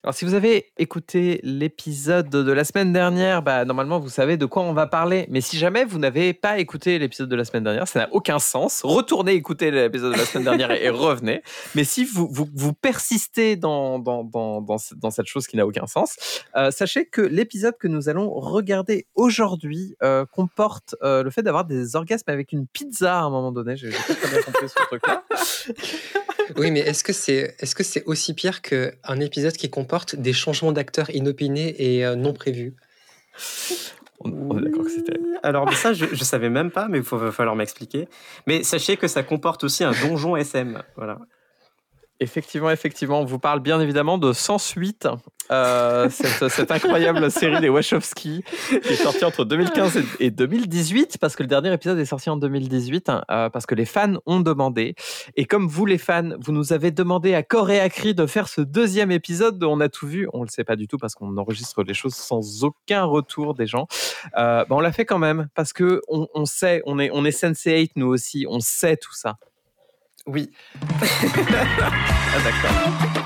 Alors, si vous avez écouté l'épisode de la semaine dernière, normalement, vous savez de quoi on va parler. Mais si jamais vous n'avez pas écouté l'épisode de la semaine dernière, ça n'a aucun sens. Retournez écouter l'épisode de la semaine dernière et revenez. Mais si vous persistez dans cette chose qui n'a aucun sens, sachez que l'épisode que nous allons regarder aujourd'hui comporte le fait d'avoir des orgasmes avec une pizza à un moment donné. J'ai pas très bien compris ce truc-là. Oui, mais est-ce que c'est aussi pire qu'un épisode qui comporte des changements d'acteurs inopinés et non prévus? On est d'accord que c'était... Alors ça, je savais même pas, mais il va falloir m'expliquer. Mais sachez que ça comporte aussi un donjon SM. Voilà. Effectivement, on vous parle bien évidemment de Sens 8, cette incroyable série des Wachowski qui est sortie entre 2015 et 2018, parce que le dernier épisode est sorti en 2018, parce que les fans ont demandé. Et comme vous les fans, vous nous avez demandé à corps et à cri de faire ce deuxième épisode de On a tout vu. On le sait pas du tout parce qu'on enregistre les choses sans aucun retour des gens. On l'a fait quand même, parce que on sait, on est Sense8 nous aussi, on sait tout ça. Oui. Ah, d'accord.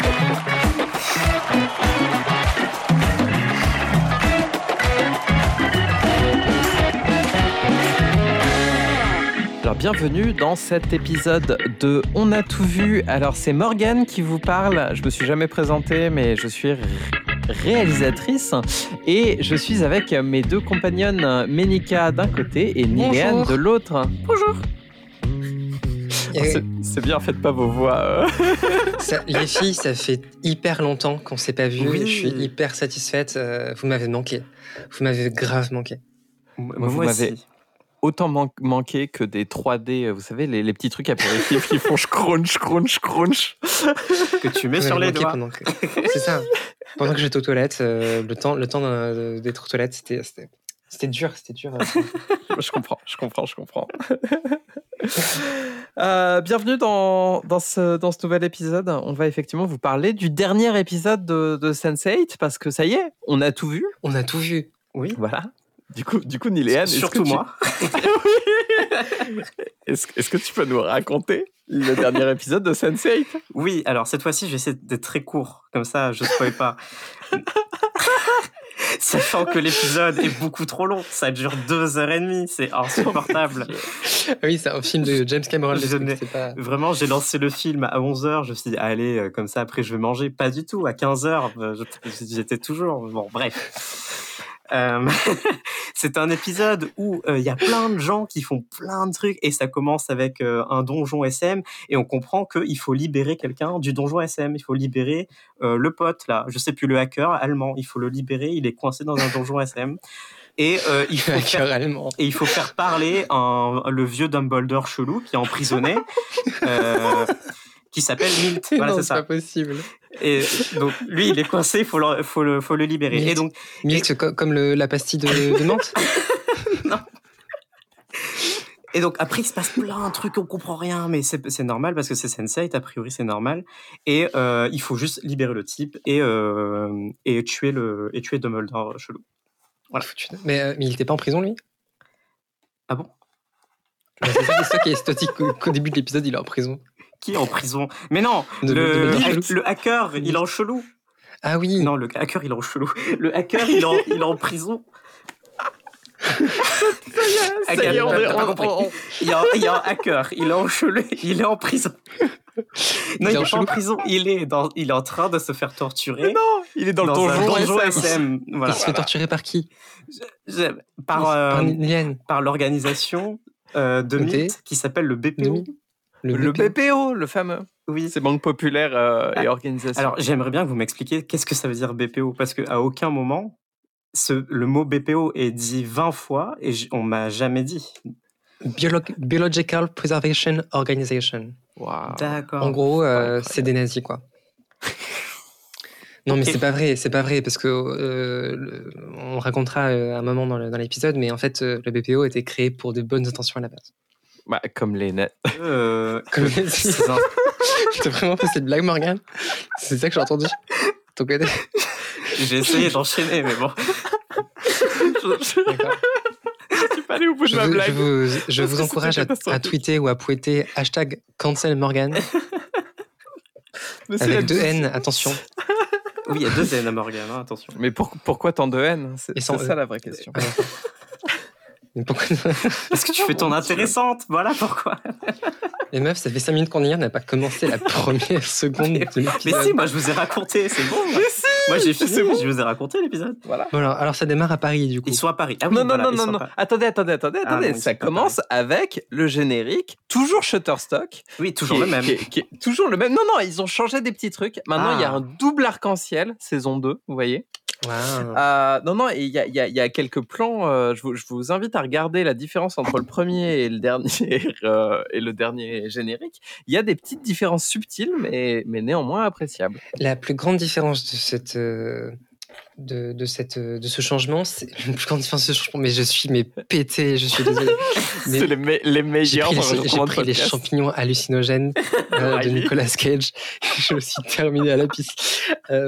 Alors, bienvenue dans cet épisode de On a tout vu. Alors, c'est Morgane qui vous parle. Je me suis jamais présentée, mais je suis réalisatrice et je suis avec mes deux compagnonnes, Ménika d'un côté et Niléane de l'autre. Bonjour. C'est bien, faites pas vos voix. Les filles, ça fait hyper longtemps qu'on s'est pas vues. Oui. Je suis hyper satisfaite. Vous m'avez manqué. Vous m'avez grave manqué. Vous m'avez autant manqué que des 3D, vous savez, les petits trucs apéritifs qui font crunch. Que tu mets sur les doigts. C'est ça. Pendant que j'étais aux toilettes, le temps d'être aux toilettes, c'était dur. Je comprends. Bienvenue dans ce nouvel épisode. On va effectivement vous parler du dernier épisode de Sense8 parce que ça y est, on a tout vu. On a tout vu. Oui. Voilà. Du coup, Niléane, surtout moi. Est-ce que tu peux nous raconter le dernier épisode de Sense8? Oui, alors cette fois-ci, je vais essayer d'être très court. Comme ça, je ne spoil pas. Sachant que l'épisode est beaucoup trop long. Ça dure 2h30. C'est insupportable. Oui, c'est un film de James Cameron. Vraiment, j'ai lancé le film à 11h. Je me suis dit, allez, comme ça, après, je vais manger. Pas du tout. À 15h, j'étais toujours... Bon, bref. C'est un épisode où il y a plein de gens qui font plein de trucs et ça commence avec un donjon SM et on comprend qu'il faut libérer quelqu'un du donjon SM. Il faut libérer le pote, là, je sais plus, le hacker allemand. Il faut le libérer, il est coincé dans un donjon SM. Et il faut faire parler le vieux Dumbledore chelou qui est emprisonné, qui s'appelle Milt. Voilà, c'est ça. C'est pas possible. Et donc lui, il est coincé, il faut le libérer. Milt, et donc Milt comme la pastille de menthe. Non. Et donc après, il se passe plein de trucs, on comprend rien, mais c'est normal parce que c'est Sense8, a priori c'est normal. Et il faut juste libérer le type et tuer Dumbledore chelou. Voilà. Mais il était pas en prison, lui? Ah bon? C'est ça qui est statique qu'au début de l'épisode, il est en prison. Qui est en prison? Mais non, le hacker, il est en chelou. Ah oui. Non, le hacker, il est en chelou. Le hacker, il est en prison. Ça y est, il y a un hacker, il est en chelou, il est en prison. Non, il est pas en prison, il est en train de se faire torturer. Mais non, il est dans le donjon SM. Voilà. Il se fait torturer par qui? Par l'organisation de Milt qui s'appelle le BPO. Le BPO, le fameux. Oui. C'est Banque Populaire et Organisation. Alors, j'aimerais bien que vous m'expliquiez qu'est-ce que ça veut dire BPO, parce qu'à aucun moment, le mot BPO est dit 20 fois et on m'a jamais dit. Biological Preservation Organization. Wow. D'accord. En gros, c'est des nazis, quoi. Non, mais c'est pas vrai, parce que on racontera un moment dans l'épisode, mais en fait, le BPO a été créé pour de bonnes intentions à la base. Comme les nazis. Comme les nazis. T'as vraiment fait cette blague, Morgane? C'est ça que j'ai entendu. Ton côté. J'ai essayé d'enchaîner, mais bon. Je suis pas allé au bout de ma blague. Je vous encourage à tweeter ou à pointer #CancelMorgane. Avec 2 N, attention. Oui, il y a 2 N à Morgane, hein, attention. Mais pourquoi tant de haine? C'est Et sans ça E. la vraie question. Mais pourquoi Parce que tu fais ton intéressante, voilà pourquoi. Les meufs, ça fait 5 minutes qu'on y est, on n'a pas commencé la première seconde de l'épisode. Mais si, moi je vous ai raconté, c'est bon. Mais si Moi j'ai fini, je vous ai raconté l'épisode. Voilà. Bon, alors ça démarre à Paris, du coup. Ils sont à Paris. Ah oui, Non, voilà, ils sont non. à Paris. Attendez. non, ils Ça sont pas commence avec le générique, toujours Shutterstock. Oui, toujours le même. Qui est toujours le même. Non, ils ont changé des petits trucs. Maintenant, il y a un double arc-en-ciel, saison 2, vous voyez. Wow. Non, et il y a quelques plans. Je vous invite à regarder la différence entre le premier et le dernier générique. Il y a des petites différences subtiles, mais néanmoins appréciables. La plus grande différence de ce changement, c'est la plus grande différence de ce changement. Mais je suis pété, je suis désolé. C'est les meilleurs. J'ai pris les champignons hallucinogènes de Nicolas Cage. Je me suis terminé à la piste.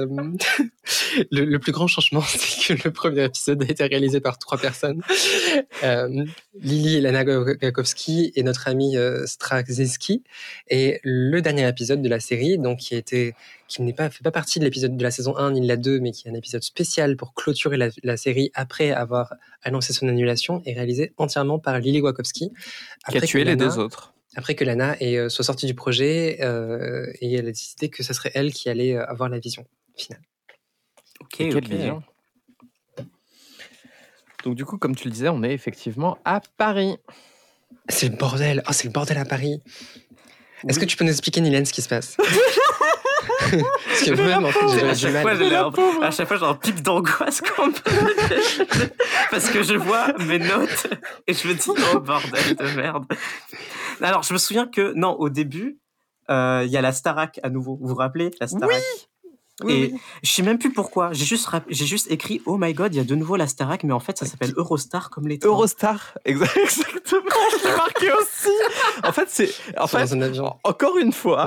Le plus grand changement, c'est que le premier épisode a été réalisé par 3 personnes. Lily Lana Gakowski et notre ami Straczynski. Et le dernier épisode de la série, donc qui fait pas partie de l'épisode de la saison 1 ni de la 2, mais qui est un épisode spécial pour clôturer la série après avoir annoncé son annulation, est réalisé entièrement par Lily Wachowski. Qui a tué les 2 autres. Après que Lana soit sortie du projet et elle a décidé que ce serait elle qui allait avoir la vision finale. Quelle vision. Donc du coup, comme tu le disais, on est effectivement à Paris. C'est le bordel. Oh, c'est le bordel à Paris. Oui. Est-ce que tu peux nous expliquer, Nilène, ce qui se passe? Parce que même, en fait, j'ai du mal. À chaque fois, j'ai un pic d'angoisse quand même. Parce que je vois mes notes et je me dis, oh bordel de merde. Alors, je me souviens que, non, au début, il y a la Starac à nouveau. Vous vous rappelez, la Starac? Oui. Je sais même plus pourquoi. J'ai juste écrit oh my god, il y a de nouveau la Starac, mais en fait ça s'appelle Eurostar comme les trains. Eurostar, exactement. Je l'ai marqué aussi. En fait, dans un avion. Encore une fois,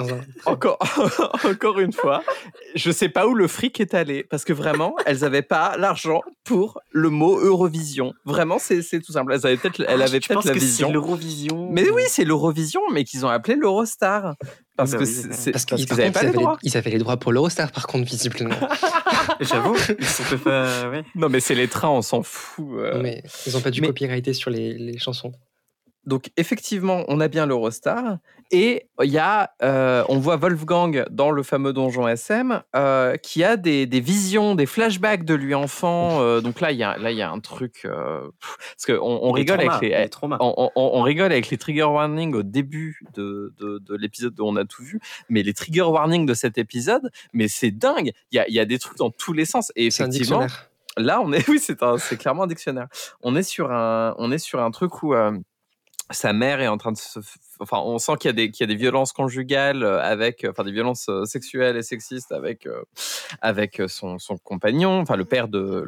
je sais pas où le fric est allé parce que vraiment, elles avaient pas l'argent pour le mot Eurovision. Vraiment, c'est tout simple. Elle avait peut-être la vision. C'est l'Eurovision. Mais oui, c'est l'Eurovision, mais qu'ils ont appelé l'Eurostar. Parce qu'ils n'avaient pas les droits. Ils avaient les droits pour l'Eurostar, par contre, visiblement. J'avoue, ils sont pas... Ouais. Non, mais c'est les trains, on s'en fout. Non, mais ils n'ont pas dû copyrighter sur les chansons. Donc, effectivement, on a bien l'Eurostar. Et il y a, on voit Wolfgang dans le fameux donjon SM qui a des visions, des flashbacks de lui enfant. Donc là, il y a un truc... parce qu'on rigole on rigole avec les trigger warnings au début de l'épisode où on a tout vu. Mais les trigger warnings de cet épisode, mais c'est dingue. Il y a des trucs dans tous les sens. Et effectivement, là, c'est clairement un dictionnaire. On est sur un truc où... sa mère est en train de enfin, on sent qu'il y a des violences conjugales des violences sexuelles et sexistes avec son compagnon, enfin le père de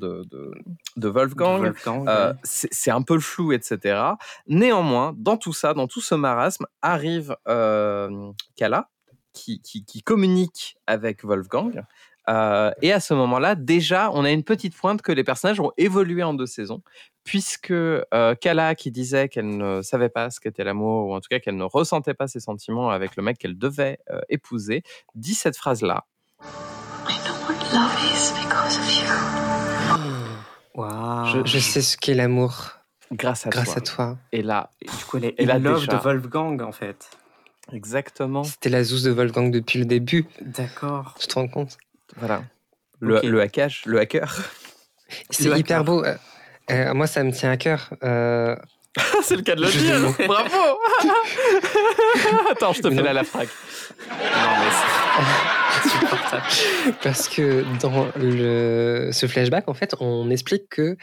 Wolfgang. C'est un peu le flou, etc. Néanmoins, dans tout ça, dans tout ce marasme, arrive Kala qui communique avec Wolfgang. Et à ce moment-là, déjà, on a une petite pointe que les personnages ont évolué en 2 saisons, puisque Kala, qui disait qu'elle ne savait pas ce qu'était l'amour, ou en tout cas qu'elle ne ressentait pas ses sentiments avec le mec qu'elle devait épouser, dit cette phrase-là. I know what love is because of you. Wow. Je sais ce qu'est l'amour. Grâce à toi. Et là, du coup, elle est love de Wolfgang, en fait. Exactement. C'était la zouze de Wolfgang depuis le début. D'accord. Tu te rends compte? Voilà. Le hackage, le hacker. C'est hyper beau. Moi, ça me tient à cœur. C'est le cas de le dire. Bravo. Attends, je te fais la frappe. Non, mais c'est insupportable. Parce que dans ce flashback, en fait, on explique que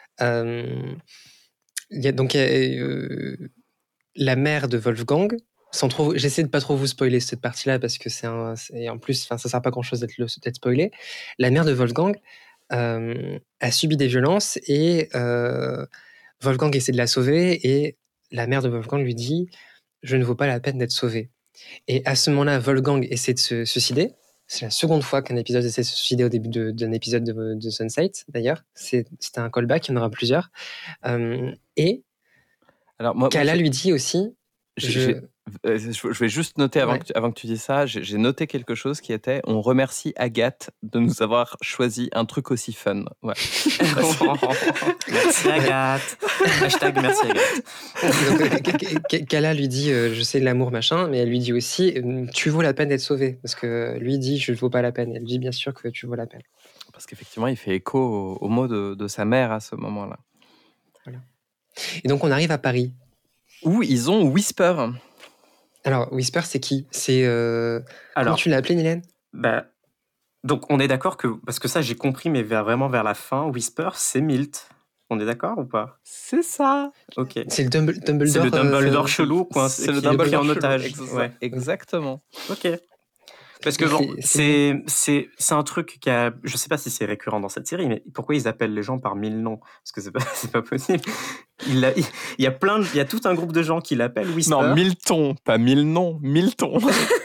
la mère de Wolfgang, j'essaie de pas trop vous spoiler cette partie-là parce que et en plus, ça sert pas grand-chose d'être spoilé. La mère de Wolfgang a subi des violences et Wolfgang essaie de la sauver et la mère de Wolfgang lui dit « Je ne vaux pas la peine d'être sauvée ». Et à ce moment-là, Wolfgang essaie de se suicider. C'est la seconde fois qu'un épisode essaie de se suicider au début d'un épisode de Sunset, d'ailleurs. C'était un callback, il y en aura plusieurs. Et Kala lui dit aussi... Je vais juste noter avant que tu dises ça, j'ai noté quelque chose qui était on remercie Agathe de nous avoir choisi un truc aussi fun. Ouais. Merci Agathe. Hashtag merci Agathe. Kala lui dit je sais l'amour machin, mais elle lui dit aussi tu vaux la peine d'être sauvé. Parce que lui dit je ne vaux pas la peine. Elle dit bien sûr que tu vaux la peine. Parce qu'effectivement, il fait écho aux mots de sa mère à ce moment-là. Voilà. Et donc on arrive à Paris. Où ils ont Whisper. Alors, Whisper, c'est qui ? C'est. Comment Alors, tu l'as appelé, Mylène ? Donc, on est d'accord que. Parce que ça, j'ai compris, mais vraiment vers la fin, Whisper, c'est Milt. On est d'accord ou pas ? C'est ça. Ok. C'est le Dumbledore. C'est le Dumbledore chelou, quoi. C'est le Dumbledore pris en chelou, otage. Ouais. Exactement. Ok. Parce que bon, c'est un truc qui a. Je sais pas si c'est récurrent dans cette série, mais pourquoi ils appellent les gens par 1000 noms ? Parce que c'est pas possible. Il y a tout un groupe de gens qui l'appellent Whisper. Non, Milton, pas 1000 noms, Milton.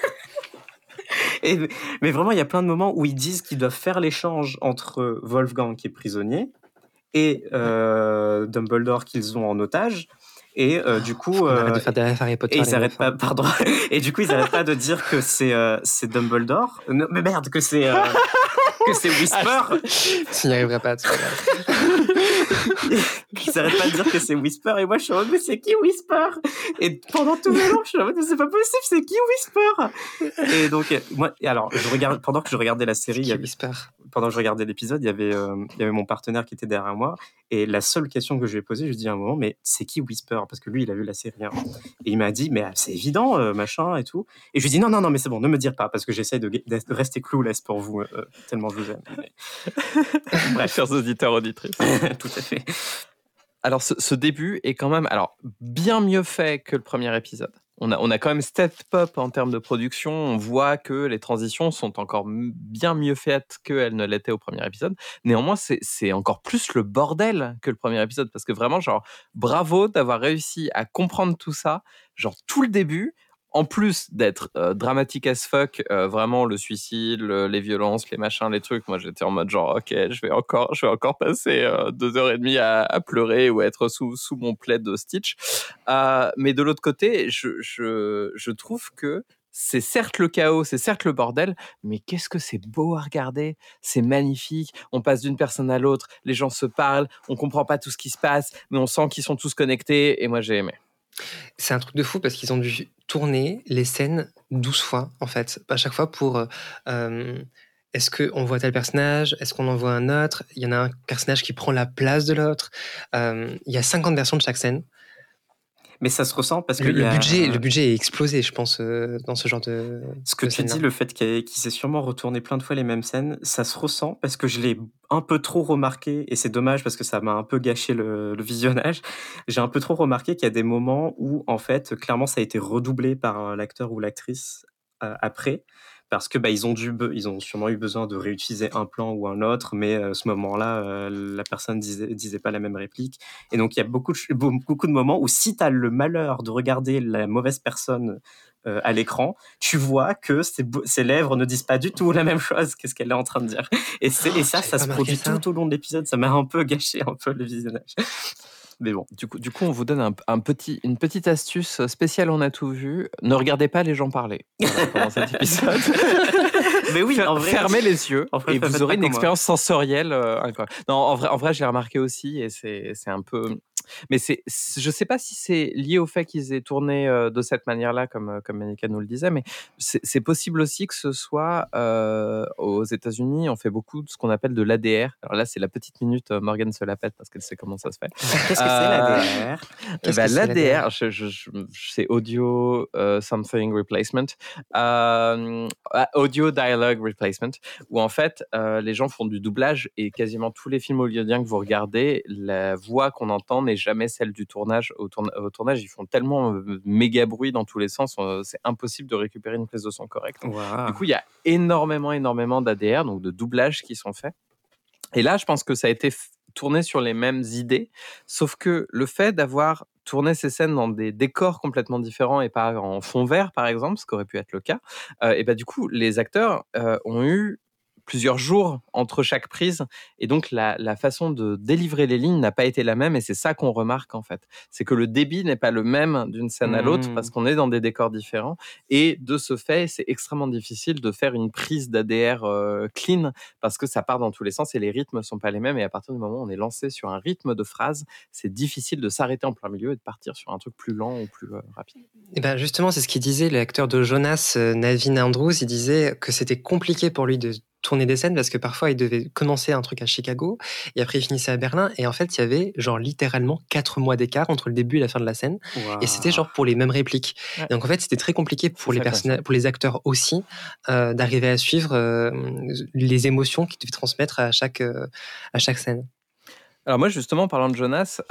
Mais vraiment, il y a plein de moments où ils disent qu'ils doivent faire l'échange entre Wolfgang qui est prisonnier et Dumbledore qu'ils ont en otage. Et du coup, arrête de faire des Harry Potter. Et ils n'arrêtent pas, pardon. Et du coup, ils n'arrêtent pas de dire que c'est Dumbledore. Non, mais merde, que c'est Whisper. Tu n'y arriveras pas. Ils n'arrêtent pas de dire que c'est Whisper. Et moi, je suis en mode, mais c'est qui Whisper ? Et pendant tout le long, je suis en mode, mais c'est pas possible, c'est qui Whisper ? Et donc, moi, alors, pendant que je regardais la série, pendant que je regardais l'épisode, il y avait mon partenaire qui était derrière moi. Et la seule question que je lui ai posée, je lui ai dit à un moment, mais c'est qui Whisper ? Parce que lui, il a vu la série. Hein. Et il m'a dit, mais c'est évident, machin et tout. Et je lui ai dit, non, mais c'est bon, ne me dire pas, parce que j'essaie de rester clueless pour vous, tellement je vous aime. Mais... Bref, chers auditeurs, auditrices. Tout à fait. Alors, ce début est quand même bien mieux fait que le premier épisode. On a quand même step up en termes de production. On voit que les transitions sont encore bien mieux faites qu'elles ne l'étaient au premier épisode. Néanmoins, c'est encore plus le bordel que le premier épisode. Parce que vraiment, bravo d'avoir réussi à comprendre tout ça. Tout le début, en plus d'être dramatique as fuck, vraiment le suicide, les violences, les machins, les trucs, moi j'étais en mode ok, je vais encore passer 2h30 à pleurer ou à être sous mon plaid de Stitch. Mais de l'autre côté, je trouve que c'est certes le chaos, c'est certes le bordel, mais qu'est-ce que c'est beau à regarder, c'est magnifique, on passe d'une personne à l'autre, les gens se parlent, on comprend pas tout ce qui se passe, mais on sent qu'ils sont tous connectés, et moi j'ai aimé. C'est un truc de fou parce qu'ils ont dû tourner les scènes 12 fois, en fait. À chaque fois pour... est-ce qu'on voit tel personnage ? Est-ce qu'on en voit un autre ? Il y en a un personnage qui prend la place de l'autre. Il y a 50 versions de chaque scène. Mais ça se ressent parce que le budget est explosé, je pense, dans ce genre de... Ce que tu dis, le fait qu'il s'est sûrement retourné plein de fois les mêmes scènes, ça se ressent parce que je l'ai un peu trop remarqué, et c'est dommage parce que ça m'a un peu gâché le visionnage. J'ai un peu trop remarqué qu'il y a des moments où, en fait, clairement, ça a été redoublé par l'acteur ou l'actrice après. Parce que ils ont sûrement eu besoin de réutiliser un plan ou un autre, mais à ce moment-là, la personne disait pas la même réplique. Et donc, il y a beaucoup de moments où si tu as le malheur de regarder la mauvaise personne à l'écran, tu vois que ses lèvres ne disent pas du tout la même chose que ce qu'elle est en train de dire. Et ça se produit tout au long de l'épisode. Ça m'a un peu gâché le visionnage. Mais bon. Du coup, on vous donne une petite astuce spéciale, on a tout vu. Ne regardez pas les gens parler pendant cet épisode. Mais oui, en vrai, fermez les yeux et vous aurez une expérience sensorielle incroyable. Non, en vrai, je l'ai remarqué aussi et c'est un peu... Mais je sais pas si c'est lié au fait qu'ils aient tourné de cette manière-là, comme Monica nous le disait, mais c'est possible aussi que ce soit aux États-Unis, on fait beaucoup de ce qu'on appelle de l'ADR. Alors là, c'est la petite minute, Morgane se la pète parce qu'elle sait comment ça se fait. Qu'est-ce que c'est l'ADR ? L'ADR, c'est Audio Something Replacement, Audio Dialogue Replacement, où en fait, les gens font du doublage et quasiment tous les films hollywoodiens que vous regardez, la voix qu'on entend n'est jamais celle du tournage. Au tournage, ils font tellement méga bruit dans tous les sens, c'est impossible de récupérer une prise de son correcte. Wow. Du coup, il y a énormément d'ADR, donc de doublages qui sont faits. Et là, je pense que ça a été tourné sur les mêmes idées, sauf que le fait d'avoir tourné ces scènes dans des décors complètement différents et pas en fond vert, par exemple, ce qui aurait pu être le cas, et du coup, les acteurs ont eu plusieurs jours entre chaque prise. Et donc, la façon de délivrer les lignes n'a pas été la même. Et c'est ça qu'on remarque, en fait. C'est que le débit n'est pas le même d'une scène à l'autre parce qu'on est dans des décors différents. Et de ce fait, c'est extrêmement difficile de faire une prise d'ADR clean parce que ça part dans tous les sens et les rythmes ne sont pas les mêmes. Et à partir du moment où on est lancé sur un rythme de phrase, c'est difficile de s'arrêter en plein milieu et de partir sur un truc plus lent ou plus rapide. Et ben justement, c'est ce qu'il disait, l'acteur de Jonas, Navin Andrews. Il disait que c'était compliqué pour lui de tourner des scènes parce que parfois il devait commencer un truc à Chicago et après il finissait à Berlin et en fait il y avait genre littéralement 4 mois d'écart entre le début et la fin de la scène. Et c'était genre pour les mêmes répliques. Et donc en fait c'était très compliqué pour pour les acteurs aussi d'arriver à suivre les émotions qu'ils devaient transmettre à chaque scène. Alors moi justement, en parlant de Jonas,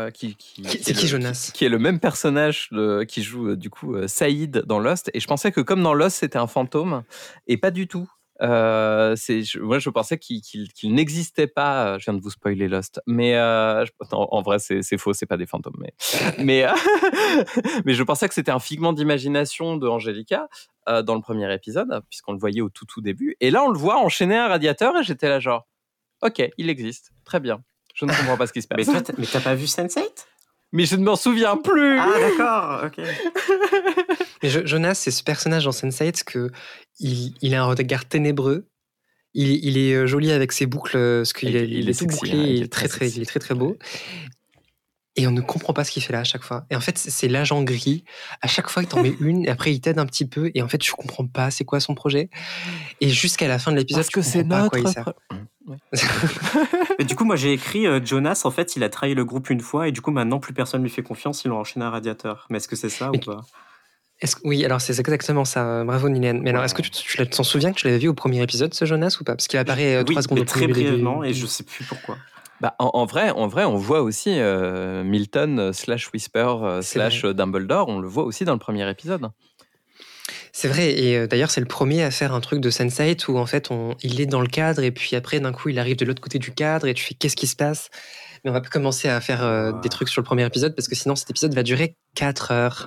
Jonas qui est le même personnage qui joue du coup Saïd dans Lost, et je pensais que comme dans Lost c'était un fantôme, et pas du tout. Moi je pensais qu'il n'existait pas. Je viens de vous spoiler Lost, mais en vrai c'est faux, c'est pas des fantômes, mais je pensais que c'était un figment d'imagination de Angelica dans le premier épisode, puisqu'on le voyait au tout début, et là on le voit enchaîner un radiateur et j'étais là genre ok, il existe, très bien. Je ne comprends pas ce qui se passe. Mais t'as pas vu Sense8 ? Mais je ne m'en souviens plus. Ah d'accord, ok. Mais Jonas, c'est ce personnage dans Sense8 que il a un regard ténébreux. Il est joli avec ses boucles, parce qu'il il est tout sexy, bouclé, hein, il est très beau. Et on ne comprend pas ce qu'il fait là à chaque fois. Et en fait, c'est l'agent gris. À chaque fois, il t'en met une, et après, il t'aide un petit peu. Et en fait, je comprends pas c'est quoi son projet. Et jusqu'à la fin de l'épisode, je comprends pas à quoi il sert. Ouais. Mais du coup, moi j'ai écrit Jonas, en fait, il a trahi le groupe une fois et du coup, maintenant, plus personne lui fait confiance, ils l'ont enchaîné un radiateur. Mais est-ce que c'est ça ou pas ? Oui, alors c'est exactement ça. Bravo Nilène. Mais alors, est-ce que tu t'en souviens que tu l'avais vu au premier épisode, ce Jonas, ou pas ? Parce qu'il apparaît 3 secondes au très premier brièvement, début. et je sais plus pourquoi. Bah, en vrai, on voit aussi Milton / Whisper / Dumbledore, on le voit aussi dans le premier épisode. C'est vrai, et d'ailleurs c'est le premier à faire un truc de Sense8 où en fait il est dans le cadre et puis après d'un coup il arrive de l'autre côté du cadre et tu fais qu'est-ce qui se passe ? Mais on va pas commencer à faire des trucs sur le premier épisode parce que sinon cet épisode va durer 4 heures.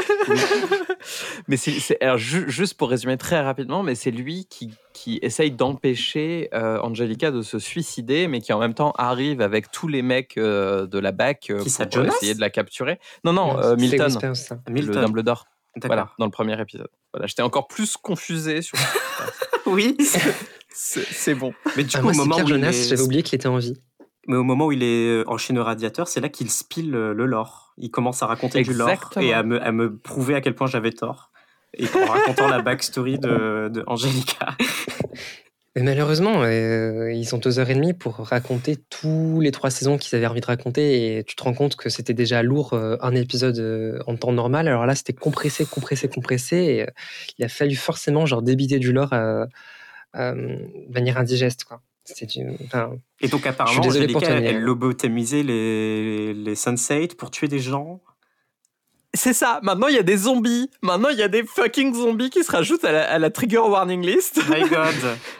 Mais alors juste pour résumer très rapidement, mais c'est lui qui essaye d'empêcher Angelica de se suicider, mais qui en même temps arrive avec tous les mecs de la BAC pour essayer de la capturer. Non, Milton, le Dumbledore. D'accord. Voilà, dans le premier épisode. Voilà, j'étais encore plus confusé sur. Oui, c'est bon. Mais du coup, au moment où Jonas, j'avais oublié qu'il était en vie. Mais au moment où il est enchaîné au radiateur, c'est là qu'il spill le lore. Il commence à raconter du lore et à me prouver à quel point j'avais tort. Et en racontant la backstory de Angelica. Mais malheureusement, ils ont 2h30 pour raconter tous les 3 saisons qu'ils avaient envie de raconter et tu te rends compte que c'était déjà lourd un épisode en temps normal. Alors là, c'était compressé et il a fallu forcément genre débiter du lore de manière indigeste, quoi. Et donc apparemment, Angelica, elle lobotomisait les Sense8 pour tuer des gens. C'est ça, maintenant il y a des zombies. Maintenant il y a des fucking zombies qui se rajoutent à la trigger warning list. My god.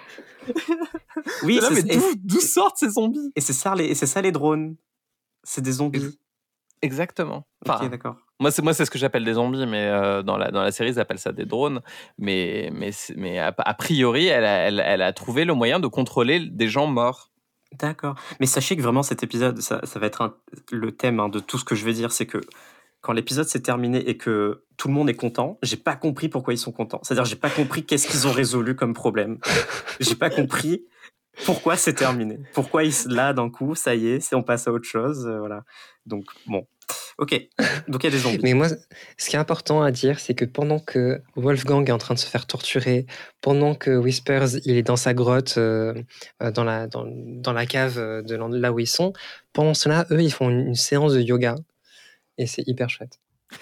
Oui, mais d'où sortent ces zombies ? Et c'est ça les drones. C'est des zombies. Exactement. Ok, d'accord. Moi c'est ce que j'appelle des zombies, mais dans la série ils appellent ça des drones. Mais a priori elle a trouvé le moyen de contrôler des gens morts. D'accord. Mais sachez que vraiment cet épisode, ça va être le thème de tout ce que je vais dire, c'est que quand l'épisode s'est terminé et que tout le monde est content, j'ai pas compris pourquoi ils sont contents. C'est-à-dire, j'ai pas compris qu'est-ce qu'ils ont résolu comme problème. J'ai pas compris pourquoi c'est terminé. Pourquoi là, d'un coup, ça y est, on passe à autre chose. Voilà. Donc, bon. Ok. Donc, il y a des zombies. Mais moi, ce qui est important à dire, c'est que pendant que Wolfgang est en train de se faire torturer, pendant que Whispers, il est dans sa grotte, dans la cave de là où ils sont, pendant cela, eux, ils font une séance de yoga. Et c'est hyper chouette.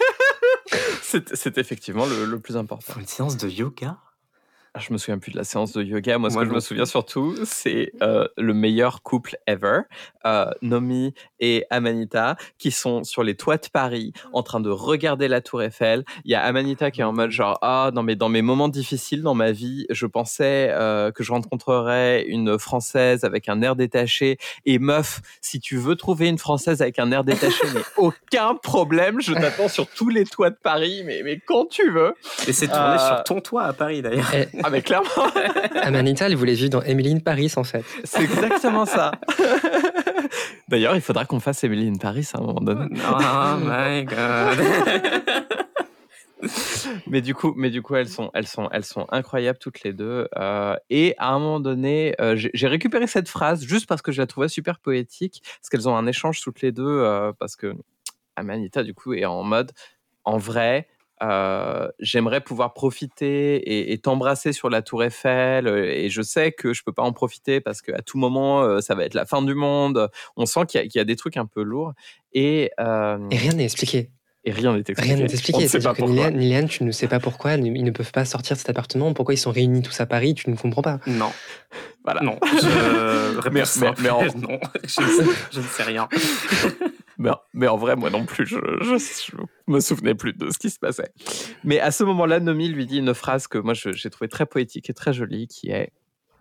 c'est effectivement le plus important. Une séance de yoga ? Je me souviens plus de la séance de yoga. Moi, ce que je me souviens surtout, c'est le meilleur couple ever, Nomi et Amanita, qui sont sur les toits de Paris, en train de regarder la Tour Eiffel. Il y a Amanita qui est en mode genre non mais dans mes moments difficiles dans ma vie, je pensais que je rencontrerais une Française avec un air détaché. Et meuf, si tu veux trouver une Française avec un air détaché, mais aucun problème, je t'attends sur tous les toits de Paris, mais quand tu veux. Et c'est tourné sur ton toit à Paris d'ailleurs. Ah mais clairement, Amanita, elle voulait vivre dans Emily in Paris, en fait. c'est exactement ça. D'ailleurs, il faudra qu'on fasse Emily in Paris à un moment donné. Oh my god. Mais du coup, elles sont incroyables toutes les deux. Et à un moment donné, j'ai récupéré cette phrase juste parce que je la trouvais super poétique, parce qu'elles ont un échange toutes les deux, parce que Amanita du coup est en mode, en vrai, j'aimerais pouvoir profiter et t'embrasser sur la Tour Eiffel, et je sais que je peux pas en profiter parce qu'à tout moment, ça va être la fin du monde. On sent qu'il y a des trucs un peu lourds Et rien n'est expliqué. Et rien n'est expliqué. Rien n'est On expliqué. ne sait C'est-à-dire pas que pourquoi. Liliane, tu ne sais pas pourquoi ils ne peuvent pas sortir de cet appartement. Pourquoi ils sont réunis tous à Paris, tu ne comprends pas. Non. Voilà. Non. Réponse simple. mais en- Non. Je ne sais rien. Mais en vrai, moi non plus, je me souvenais plus de ce qui se passait. Mais à ce moment-là, Nomi lui dit une phrase que moi j'ai trouvée très poétique et très jolie, qui est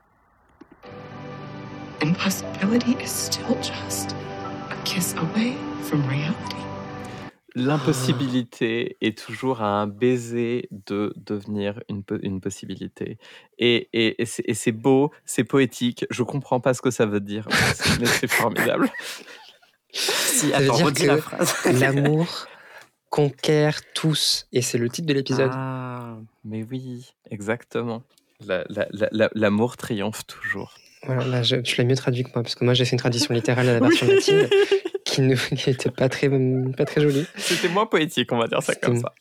Impossibility is still just a kiss away from reality. l'impossibilité est toujours à un baiser de devenir une possibilité. Et c'est beau, c'est poétique. Je comprends pas ce que ça veut dire, mais c'est formidable. Si, Ça veut attends, dire redis que la phrase. l'amour conquiert tous. Et c'est le titre de l'épisode. Ah. Mais oui, exactement. L'amour triomphe toujours. Voilà, là, tu l'as mieux traduit que moi, parce que moi j'ai fait une traduction littérale à la version latine qui n'était pas très jolie. C'était moins poétique, on va dire ça C'était- comme ça.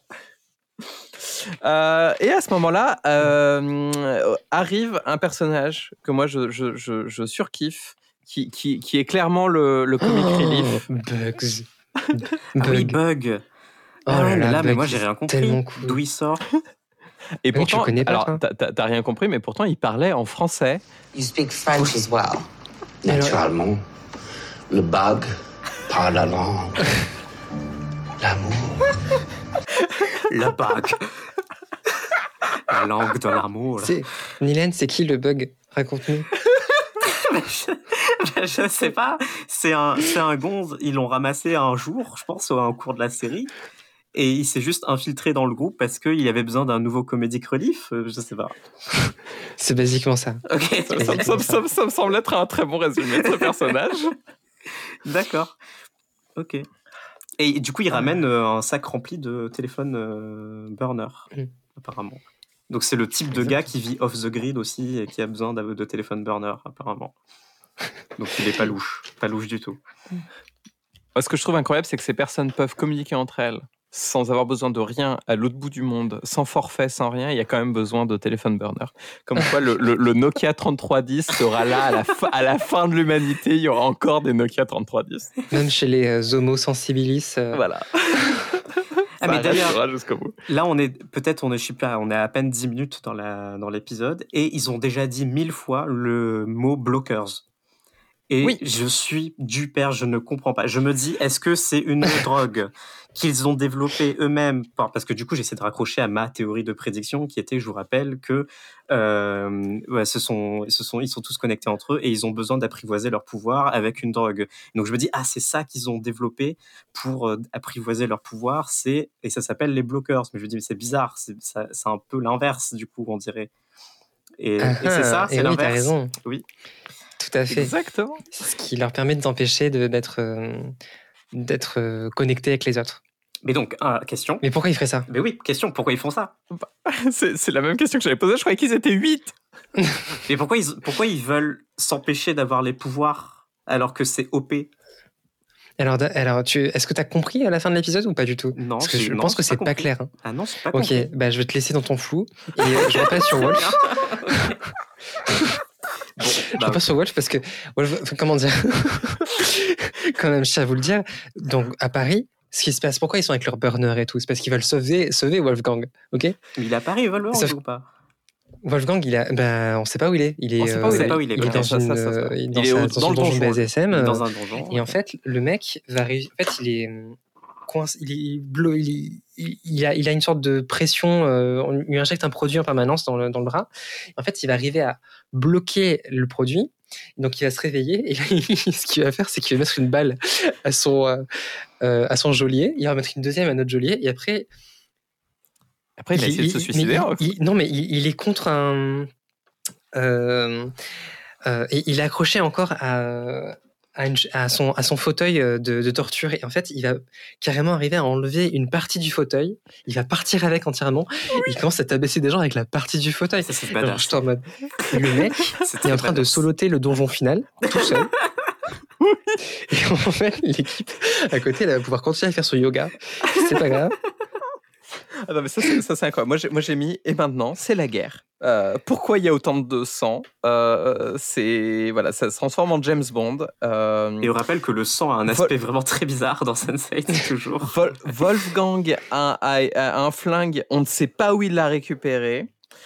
Et à ce moment-là, arrive un personnage que moi je surkiffe, qui est clairement le comic relief. Bugs. Ah oui, Bug. Bug. Oh Ah ouais, mais là, Bug, moi, j'ai rien compris. tellement cool. D'où il sort. Et Oui, tu pourtant, connais pas, alors toi t'as rien compris, mais pourtant il parlait en français. You speak French as well. Naturellement, le bug par la langue. L'amour. La bague. La langue de l'amour. Nilène, c'est qui le Bug? Raconte-nous. Je sais pas. C'est un gonze. Ils l'ont ramassé un jour, je pense, au cours de la série. Et il s'est juste infiltré dans le groupe parce qu'il avait besoin d'un nouveau comédic relief. Je sais pas. C'est basiquement ça. Ok. Ça me semble être un très bon résumé de ce personnage. D'accord. Ok. Et du coup, il ramène un sac rempli de téléphones burner, apparemment. Donc, c'est le type de gars qui vit off the grid aussi et qui a besoin de téléphone burner, apparemment. Donc, il est pas louche du tout. Moi, ce que je trouve incroyable, c'est que ces personnes peuvent communiquer entre elles sans avoir besoin de rien à l'autre bout du monde, sans forfait, sans rien. Il y a quand même besoin de téléphone burner. Comme quoi, le Nokia 3310 sera là à la fin de l'humanité. Il y aura encore des Nokia 3310. Même chez les Homo sensibilis. Voilà. Ah, mais d'ailleurs, restera jusqu'au bout. là, on est à peine 10 minutes dans l'épisode et ils ont déjà dit 1000 fois le mot blockers. Et Oui. je suis du père, je ne comprends pas. Je me dis, est-ce que c'est une drogue qu'ils ont développée eux-mêmes? Parce que du coup, j'essaie de raccrocher à ma théorie de prédiction qui était, je vous rappelle, que ils sont tous connectés entre eux et ils ont besoin d'apprivoiser leur pouvoir avec une drogue. Donc je me dis, c'est ça qu'ils ont développé pour apprivoiser leur pouvoir, et ça s'appelle les blockers. Mais je me dis, mais c'est bizarre, c'est un peu l'inverse, du coup, on dirait. Et c'est ça, c'est l'inverse. Oui, t'as raison. Oui. Tout à fait. Exactement. Ce qui leur permet de t'empêcher d'être connecté avec les autres. Mais donc, question. Mais pourquoi ils feraient ça? Mais oui, question, pourquoi ils font ça? C'est la même question que j'avais posée. Je croyais qu'ils étaient 8. Mais pourquoi ils veulent s'empêcher d'avoir les pouvoirs alors que c'est OP? Alors est-ce que tu as compris à la fin de l'épisode ou pas du tout? Non, Parce que je pense que c'est pas clair. Hein. Ah non, c'est pas Ok, compris. bah, je vais te laisser dans ton flou et je repasse sur Wolf. Je repasse sur Wolf parce que Wolf, comment dire, quand même, je tiens à vous le dire. Donc à Paris, ce qui se passe, pourquoi ils sont avec leur burner et tout, c'est parce qu'ils veulent sauver Wolfgang, ok? Mais il a Paris, Wolfgang ou pas? Wolfgang, on sait pas où il est. On sait pas où il est. Il est dans Ça. Il Il est dans dans son le donjon donjon. BSSM. Il est dans un donjon. Et en fait, le mec va réussir. En fait, il est coincé. Il a une sorte de pression. On lui injecte un produit en permanence dans le bras. En fait, il va arriver à bloquer le produit. Donc, il va se réveiller. Et là, ce qu'il va faire, c'est qu'il va mettre une balle à son geôlier. Il va mettre une deuxième à notre geôlier. Et après, Après, il a essayé de se suicider. Non, mais il est contre un. Et il est accroché encore à son fauteuil de torture. Et en fait, il va carrément arriver à enlever une partie du fauteuil. Il va partir avec entièrement. Il commence à tabasser des gens avec la partie du fauteuil. Ça, c'est Alors, badass. je suis en mode. Le mec est en train de soloter le donjon final, tout seul. Et en fait, l'équipe à côté, elle va pouvoir continuer à faire son yoga. C'est pas grave. Ah non, mais ça c'est incroyable. Moi, j'ai mis, et maintenant, c'est la guerre. Pourquoi il y a autant de sang ça se transforme en James Bond. Et on rappelle que le sang a un aspect vraiment très bizarre dans Sense8, toujours. Wolfgang a un flingue, on ne sait pas où il l'a récupéré.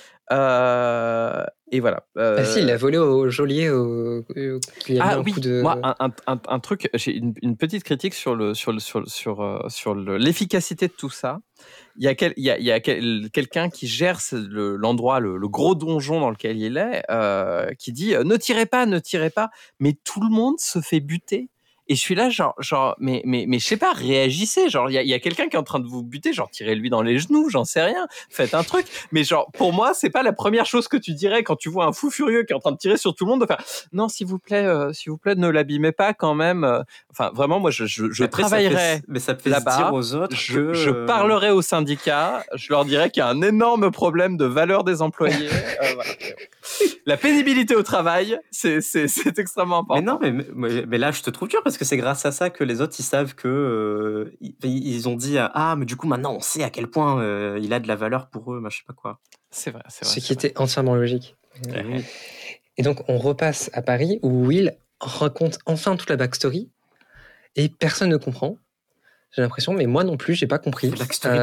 Et voilà. Si, il l'a volé au geôlier. Il a mis un coup de... Moi, un truc, j'ai une petite critique sur l'efficacité de tout ça. Il y a quelqu'un qui gère l'endroit, le gros donjon dans lequel il est, qui dit ne tirez pas, mais tout le monde se fait buter. Et je suis là, genre, mais je sais pas, réagissez. Genre, il y a quelqu'un qui est en train de vous buter, genre, tirez-lui dans les genoux, j'en sais rien. Faites un truc. Mais genre, pour moi, c'est pas la première chose que tu dirais quand tu vois un fou furieux qui est en train de tirer sur tout le monde. De faire, non, s'il vous plaît, ne l'abîmez pas quand même. Enfin, vraiment, moi, je travaillerai. Mais ça fait là-bas, dire aux autres je parlerai au syndicat. Je leur dirai qu'il y a un énorme problème de valeur des employés. Voilà. La pénibilité au travail, c'est extrêmement important. Mais non, mais là, je te trouve dur parce que c'est grâce à ça que les autres, ils savent que ils ont dit mais du coup maintenant on sait à quel point il a de la valeur pour eux, je sais pas quoi. C'est vrai. Ce qui était entièrement logique. Ouais. Et donc on repasse à Paris où Will raconte enfin toute la backstory et personne ne comprend. J'ai l'impression, mais moi non plus, j'ai pas compris.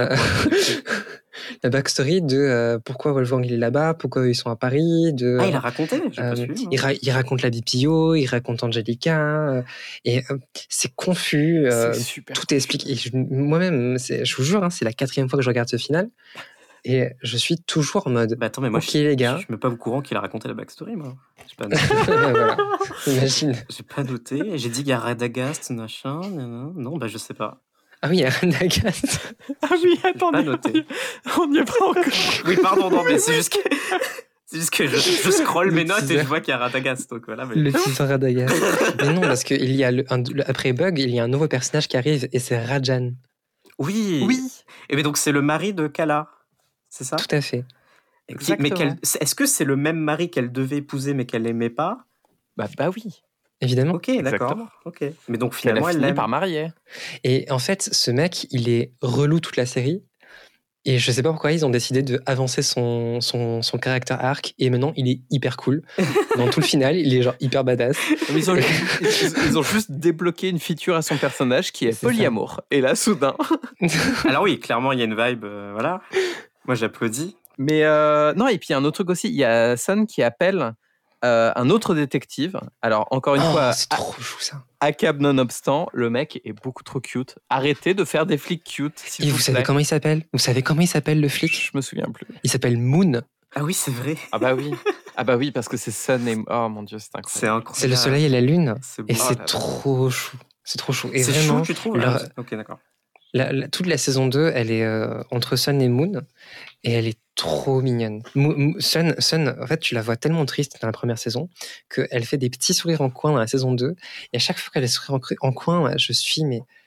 La backstory de pourquoi Wolfgang il est là-bas, pourquoi ils sont à Paris. Il a raconté, j'ai pas suivi. Il raconte la BPO, il raconte Angelica, et c'est confus. C'est super. Tout est expliqué. Moi-même, je vous jure, c'est la 4e fois que je regarde ce final. Et je suis toujours en mode. Attends, mais moi, les gars. Je suis même pas au courant qu'il a raconté la backstory, moi. J'ai pas noté. Voilà. Imagine. J'ai pas noté. J'ai dit qu'il y a Radagast, machin. Non, je sais pas. Ah oui, il y a Radagast. Ah oui, attends, pas noté. On n'y est pas encore. Oui, pardon, non, mais c'est juste que je scrolle mes notes et je vois qu'il y a Radagast. Donc voilà. Le teaser Radagast. Mais non, parce qu'il y a après Bug, il y a un nouveau personnage qui arrive et c'est Rajan. Oui. Et mais donc c'est le mari de Kala. C'est ça ? Tout à fait. Mais est-ce que c'est le même mari qu'elle devait épouser mais qu'elle n'aimait pas ? Bah oui. Évidemment. Ok, d'accord. Ok. Mais donc finalement, elle a fini par marier. Et en fait, ce mec, il est relou toute la série. Et je sais pas pourquoi ils ont décidé de avancer son caractère arc. Et maintenant, il est hyper cool. Dans tout le final, il est genre hyper badass. Ils ont juste débloqué une feature à son personnage qui est polyamour. Et là, soudain. Alors oui, clairement, il y a une vibe. Voilà. Moi, j'applaudis. Mais non, et puis il y a un autre truc aussi. Il y a Sun qui appelle un autre détective. Alors, encore une fois, c'est trop chou ça. Accab nonobstant, le mec est beaucoup trop cute. Arrêtez de faire des flics cute. Et vous savez comment il s'appelle ? Vous savez comment il s'appelle le flic ? Je me souviens plus. Il s'appelle Moon. Ah oui, c'est vrai. Ah bah oui, parce que c'est Sun et... Oh mon Dieu, c'est incroyable. C'est le soleil et la lune. Et c'est trop chou. C'est trop chou. Et c'est vraiment, chou, tu trouves Ok, d'accord. Toute la saison 2, elle est entre Sun et Moon. Et elle est trop mignonne. Sun, en fait, tu la vois tellement triste dans la première saison qu'elle fait des petits sourires en coin dans la saison 2. Et à chaque fois qu'elle sourit en coin, je suis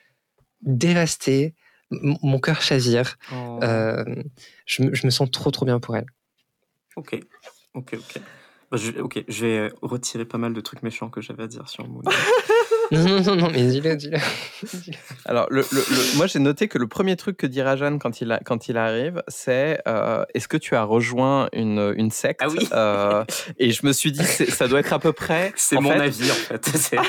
dévastée. Mon cœur chavire. Oh. Je me sens trop bien pour elle. Ok. Je vais retirer pas mal de trucs méchants que j'avais à dire sur Moon. Non, mais dis-le. Alors, moi, j'ai noté que le premier truc que dit Rajan quand il arrive, c'est est-ce que tu as rejoint une secte ? Ah oui. Et je me suis dit, ça doit être à peu près... C'est mon avis, en fait.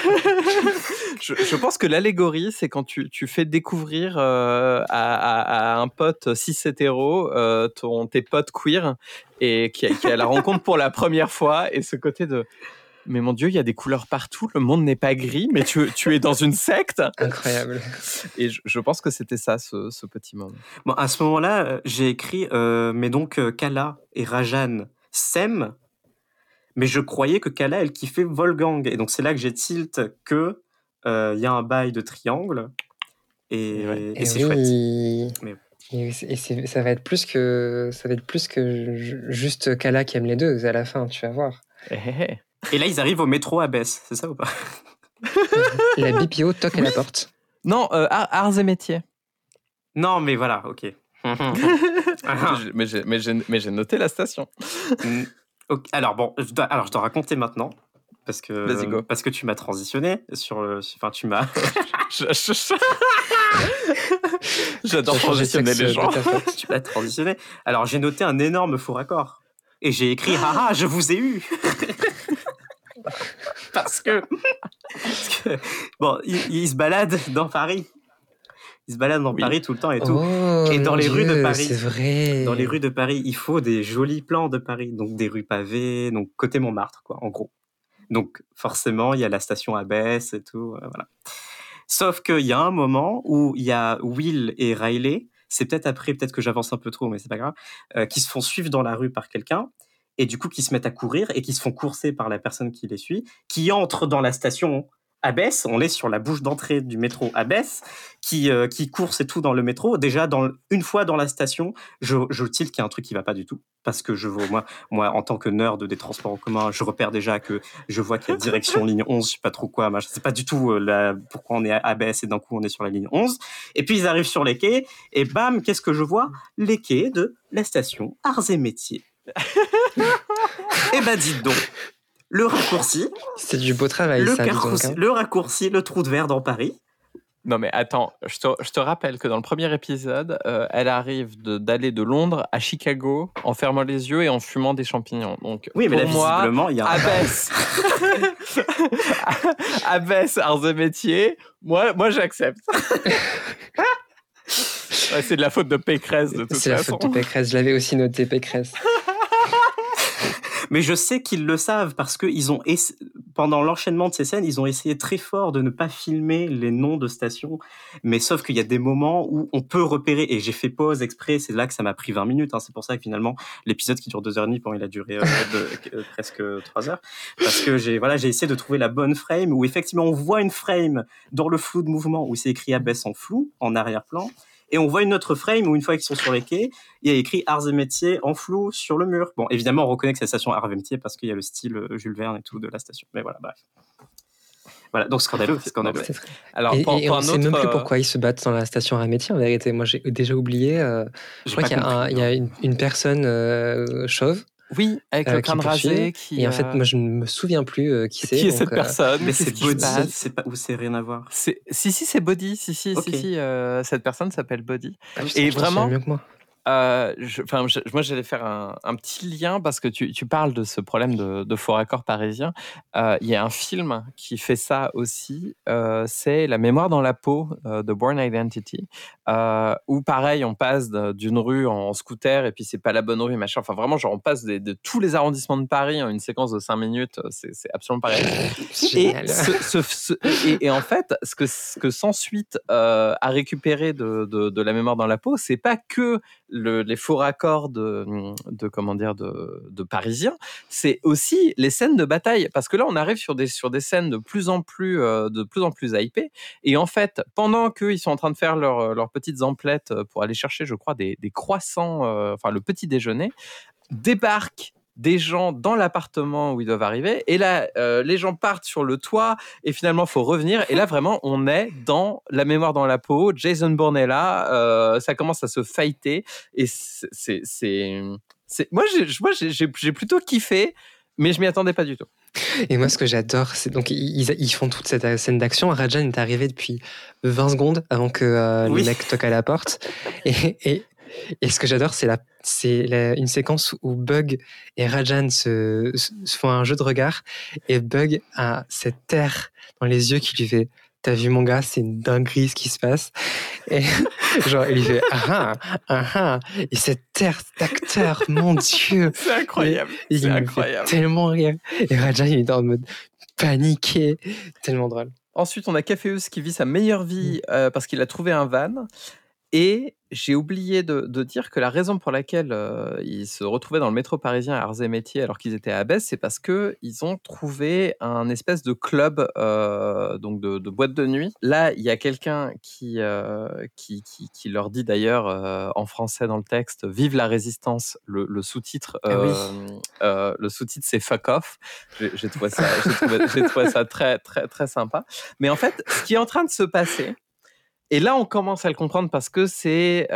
Je pense que l'allégorie, c'est quand tu fais découvrir à un pote cis-hétéro tes potes queer et qui a la rencontre pour la première fois, et ce côté de... Mais mon Dieu, il y a des couleurs partout, le monde n'est pas gris, mais tu es dans une secte. Incroyable. Et je pense que c'était ça, ce petit moment. Bon, à ce moment-là, j'ai écrit, mais donc Kala et Rajan s'aiment, mais je croyais que Kala, elle kiffait Wolfgang. Et donc c'est là que j'ai tilt que y a un bail de triangle, et c'est chouette. Mais... Ça va être plus que juste Kala qui aime les deux à la fin, tu vas voir. Et là, ils arrivent au métro à Bess, c'est ça ou pas? La BPO toque à la porte. Non, arts et métiers. Non, mais voilà, ok. mais j'ai noté la station. Okay. Alors bon, je dois raconter maintenant parce Vas-y, go. que tu m'as transitionné tu m'as. J'adore transitionner les gens. Tu m'as transitionné. Alors j'ai noté un énorme faux raccord et j'ai écrit haha, je vous ai eu. parce que bon, il se balade dans Paris. Il se balade dans Paris tout le temps et tout. Et dans les rues de Paris, c'est vrai. Dans les rues de Paris, il faut des jolis plans de Paris, donc des rues pavées, donc côté Montmartre, quoi, en gros. Donc forcément, il y a la station Abbesse et tout, voilà. Sauf qu'il y a un moment où il y a Will et Riley, c'est peut-être que j'avance un peu trop, mais c'est pas grave, qui se font suivre dans la rue par quelqu'un, et du coup qui se mettent à courir et qui se font courser par la personne qui les suit, qui entre dans la station Abbesse, on est sur la bouche d'entrée du métro Abbesse, qui course et tout dans le métro. Déjà, une fois dans la station, je tilte qu'il y a un truc qui va pas du tout. Parce que moi, en tant que nerd des transports en commun, je repère déjà que je vois qu'il y a direction ligne 11, je sais pas trop quoi, je sais pas du tout pourquoi on est à Abbesse et d'un coup on est sur la ligne 11. Et puis ils arrivent sur les quais, et bam, qu'est-ce que je vois? Les quais de la station Arts et Métiers. Et bah dites donc. Le raccourci. C'est du beau travail, ça. Le raccourci, le trou de verre dans Paris. Non mais attends, je te rappelle que dans le premier épisode, elle arrive d'aller de Londres à Chicago en fermant les yeux et en fumant des champignons. Donc oui, mais là, moi, visiblement, il y a Abbesse, arts et métiers, moi j'accepte. Ouais, c'est de la faute de Pécresse de toute façon. C'est la faute de Pécresse, je l'avais aussi noté, Pécresse. Mais je sais qu'ils le savent parce que pendant l'enchaînement de ces scènes, ils ont essayé très fort de ne pas filmer les noms de stations. Mais sauf qu'il y a des moments où on peut repérer, et j'ai fait pause exprès, c'est là que ça m'a pris 20 minutes. C'est pour ça que finalement, l'épisode qui dure 2h30, il a duré presque 3 heures. Parce que j'ai essayé de trouver la bonne frame où effectivement on voit une frame dans le flou de mouvement où c'est écrit Abbesse en flou, en arrière-plan. Et on voit une autre frame où une fois qu'ils sont sur les quais, il y a écrit Arts et Métiers en flou sur le mur. Bon, évidemment, on reconnaît que c'est la station Arts et Métiers parce qu'il y a le style Jules Verne et tout de la station. Mais voilà, bref. Voilà, donc scandaleux. Alors, et on ne sait même plus pourquoi ils se battent dans la station Arts et Métiers, en vérité. Moi, j'ai déjà oublié. Je crois qu'il y a une personne chauve. Oui, avec le crâne rasé. Et en fait, moi, je ne me souviens plus qui c'est. Qui est cette personne? Mais c'est Body, c'est rien à voir. Si, c'est Body. Si, cette personne s'appelle Body. Et vraiment, mieux que moi. Moi, j'allais faire un petit lien parce que tu parles de ce problème de faux raccords parisiens. Il y a un film qui fait ça aussi. C'est La mémoire dans la peau de Bourne Identity, où pareil, on passe d'une rue en scooter et puis c'est pas la bonne rue, machin. Enfin, vraiment, genre, on passe de tous les arrondissements de Paris en une séquence de 5 minutes. C'est absolument pareil. Et en fait, ce que s'ensuit à récupérer de La mémoire dans la peau, c'est pas que les faux raccords de Parisiens, c'est aussi les scènes de bataille, parce que là on arrive sur des scènes de plus en plus hypées, et en fait pendant qu'ils sont en train de faire leurs petites emplettes pour aller chercher, je crois, des croissants, le petit déjeuner, débarquent des gens dans l'appartement où ils doivent arriver, et là les gens partent sur le toit et finalement faut revenir, et là vraiment on est dans La mémoire dans la peau. Jason Bourne est là, ça commence à se fighter, et moi j'ai plutôt kiffé, mais je m'y attendais pas du tout. Et moi, ce que j'adore, c'est donc ils font toute cette scène d'action. Rajan est arrivé depuis 20 secondes avant que les mecs toquent à la porte, et ce que j'adore, c'est une séquence où Bug et Rajan se font un jeu de regard, et Bug a cette terre dans les yeux qui lui fait « T'as vu, mon gars, c'est une dinguerie ce qui se passe ». Et genre, il lui fait « Ah ». Et cette terre d'acteur, mon Dieu. C'est incroyable. C'est incroyable. Tellement rire. Et Rajan, il est en mode paniqué. Tellement drôle. Ensuite, on a Caféus qui vit sa meilleure vie parce qu'il a trouvé un van. Et j'ai oublié de dire que la raison pour laquelle ils se retrouvaient dans le métro parisien à Arts et Métiers alors qu'ils étaient à Abbesse, c'est parce qu'ils ont trouvé un espèce de club donc de boîte de nuit. Là, il y a quelqu'un qui leur dit d'ailleurs en français dans le texte « Vive la résistance », le sous-titre. Le sous-titre, c'est « Fuck off ». J'ai trouvé ça très, très, très sympa. Mais en fait, ce qui est en train de se passer, et là, on commence à le comprendre parce que c'est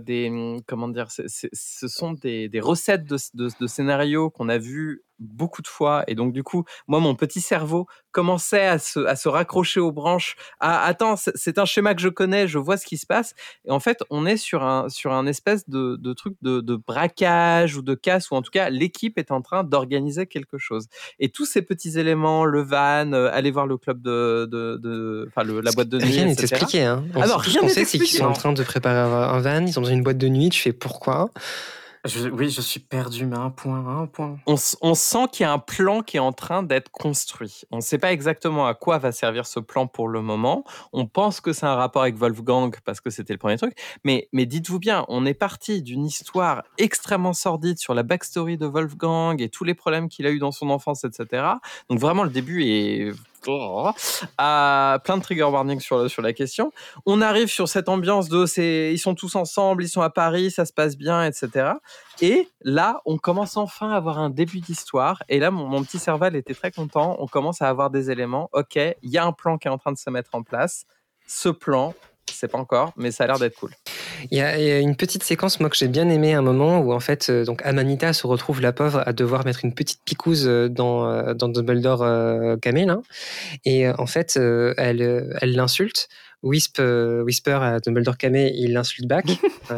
ce sont des recettes de scénarios qu'on a vues beaucoup de fois. Et donc, du coup, moi, mon petit cerveau commençait à se raccrocher aux branches. Ah, attends, c'est un schéma que je connais, je vois ce qui se passe. Et en fait, on est sur un espèce de truc de braquage ou de casse, ou en tout cas, l'équipe est en train d'organiser quelque chose. Et tous ces petits éléments, le van, aller voir le club la boîte de nuit, rien n'est etc. expliqué. Hein. Alors, tout ce qu'on sait, c'est qu'ils sont en train de préparer un van, ils ont besoin d'une boîte de nuit, tu fais pourquoi ? Je suis perdu, mais un point. On sent qu'il y a un plan qui est en train d'être construit. On ne sait pas exactement à quoi va servir ce plan pour le moment. On pense que c'est un rapport avec Wolfgang parce que c'était le premier truc. Mais dites-vous bien, on est parti d'une histoire extrêmement sordide sur la backstory de Wolfgang et tous les problèmes qu'il a eu dans son enfance, etc. Donc vraiment, le début est... plein de trigger warnings sur la question. On arrive sur cette ambiance ils sont tous ensemble, ils sont à Paris, ça se passe bien, etc. Et là, on commence enfin à avoir un début d'histoire. Et là, mon petit cerveau était très content. On commence à avoir des éléments. Ok, il y a un plan qui est en train de se mettre en place. Ce plan, c'est pas encore, mais ça a l'air d'être cool. Il y a une petite séquence, moi, que j'ai bien aimée, un moment où, en fait, donc Amanita se retrouve, la pauvre, à devoir mettre une petite picouse dans Dumbledore Camé, là. Et en fait, elle l'insulte. Whisper à Dumbledore Camé, il l'insulte back.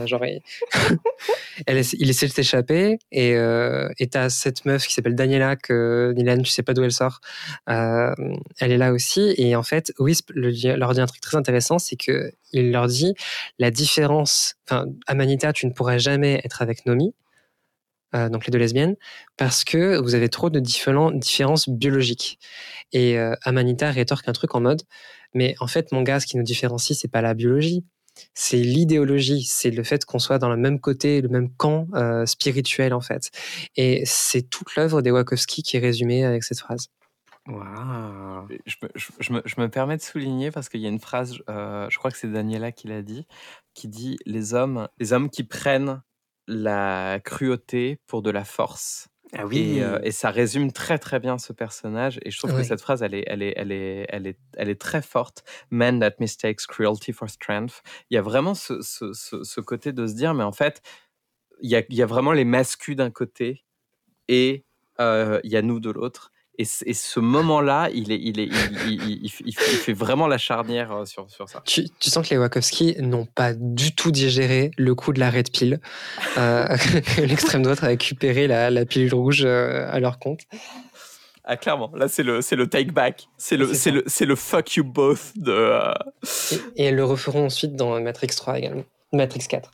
Il essaie de s'échapper. Et t'as cette meuf qui s'appelle Daniela, que Dylan, tu sais pas d'où elle sort. Elle est là aussi. Et en fait, Wisp leur dit un truc très intéressant, c'est que il leur dit la différence. Enfin, Amanita, tu ne pourras jamais être avec Nomi. Donc les deux lesbiennes, parce que vous avez trop de différences biologiques. Et Amanita rétorque un truc en mode, mais en fait, mon gars, ce qui nous différencie, c'est pas la biologie, c'est l'idéologie, c'est le fait qu'on soit dans le même côté, le même camp spirituel, en fait. Et c'est toute l'œuvre des Wachowski qui est résumée avec cette phrase. Wow. Je me permets de souligner parce qu'il y a une phrase, je crois que c'est Daniela qui l'a dit, qui dit les hommes qui prennent la cruauté pour de la force. Ah oui. Et ça résume très très bien ce personnage. Et je trouve que cette phrase, elle est très forte. Men that mistakes cruelty for strength. Il y a vraiment ce côté de se dire, mais en fait, il y a vraiment les mascus d'un côté et il y a nous de l'autre. Et ce moment-là, il fait vraiment la charnière sur ça. Tu sens que les Wachowski n'ont pas du tout digéré le coup de la red pill. L'extrême droite a récupéré la pilule rouge à leur compte. Ah, clairement, là c'est le take back, c'est le fuck you both de. Et elles le referont ensuite dans Matrix 3 également, Matrix 4.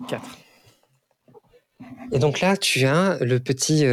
Et donc là, tu as le petit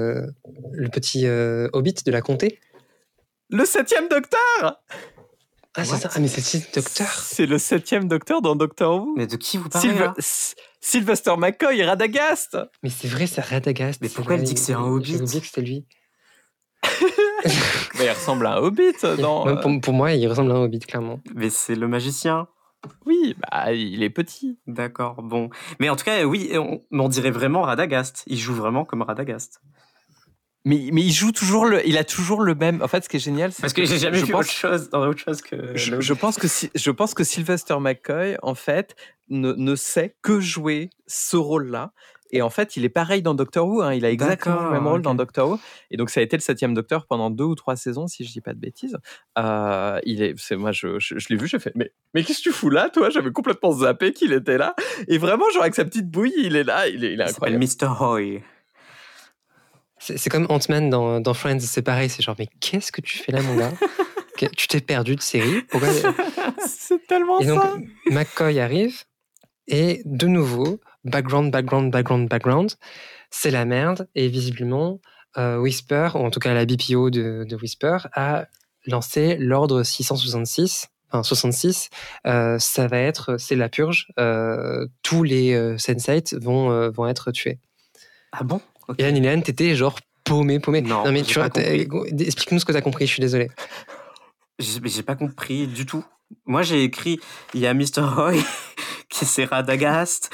hobbit de la comté. Le 7e docteur. Ah, c'est ça. Ah, mais c'est le 7e docteur. C'est le 7e docteur dans Doctor Who. Mais de qui vous parlez là Sylvester McCoy, Radagast. Mais c'est vrai, c'est Radagast. Mais pourquoi elle dit que c'est un hobbit ? J'ai oublié que c'était lui. Mais il ressemble à un hobbit. Pour moi, il ressemble à un hobbit, clairement. Mais c'est le magicien. Oui, il est petit. D'accord, bon. Mais en tout cas, oui, on dirait vraiment Radagast. Il joue vraiment comme Radagast. Mais il joue toujours il a toujours le même. En fait, ce qui est génial, c'est parce que j'ai jamais vu autre chose que. Je pense que Sylvester McCoy, en fait, ne sait que jouer ce rôle-là. Et en fait, il est pareil dans Doctor Who. Hein. Il a exactement le même rôle dans Doctor Who. Et donc, ça a été le 7e Docteur pendant 2 ou 3 saisons, si je dis pas de bêtises. Moi, je l'ai vu, j'ai fait. Mais qu'est-ce que tu fous là, toi ? J'avais complètement zappé qu'il était là. Et vraiment, genre avec sa petite bouille, il est là. Il est incroyable. Il s'appelle Mr. Hoy. C'est comme Ant-Man dans Friends, c'est pareil. C'est genre, mais qu'est-ce que tu fais là, mon gars ? Tu t'es perdu de série ? Pourquoi ? C'est tellement ça. Et donc, McCoy arrive. Et de nouveau, background, c'est la merde. Et visiblement, Whisper, ou en tout cas la BPO de Whisper, a lancé l'ordre 666, enfin 66, ça va être, c'est la purge. Tous les Sensites vont être tués. Ah bon? Ok. Et là, Nilan, t'étais genre paumé. Non, mais j'ai tu pas vois, explique-nous ce que t'as compris. Je suis désolé. J'ai pas compris du tout. Moi, j'ai écrit, il y a Mr. Hoy qui c'est Radagast.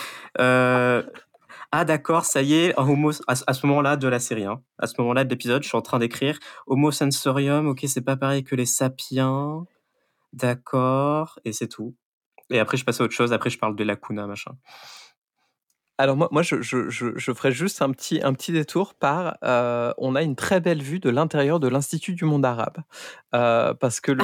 Ah d'accord, ça y est, à ce moment-là de la série, hein. À ce moment-là de l'épisode, je suis en train d'écrire Homo sensorium, ok, c'est pas pareil que les sapiens, d'accord, et c'est tout. Et après, je passe à autre chose, après, je parle de Lacuna, machin. Alors moi je ferais juste un petit détour par on a une très belle vue de l'intérieur de l'Institut du monde arabe parce que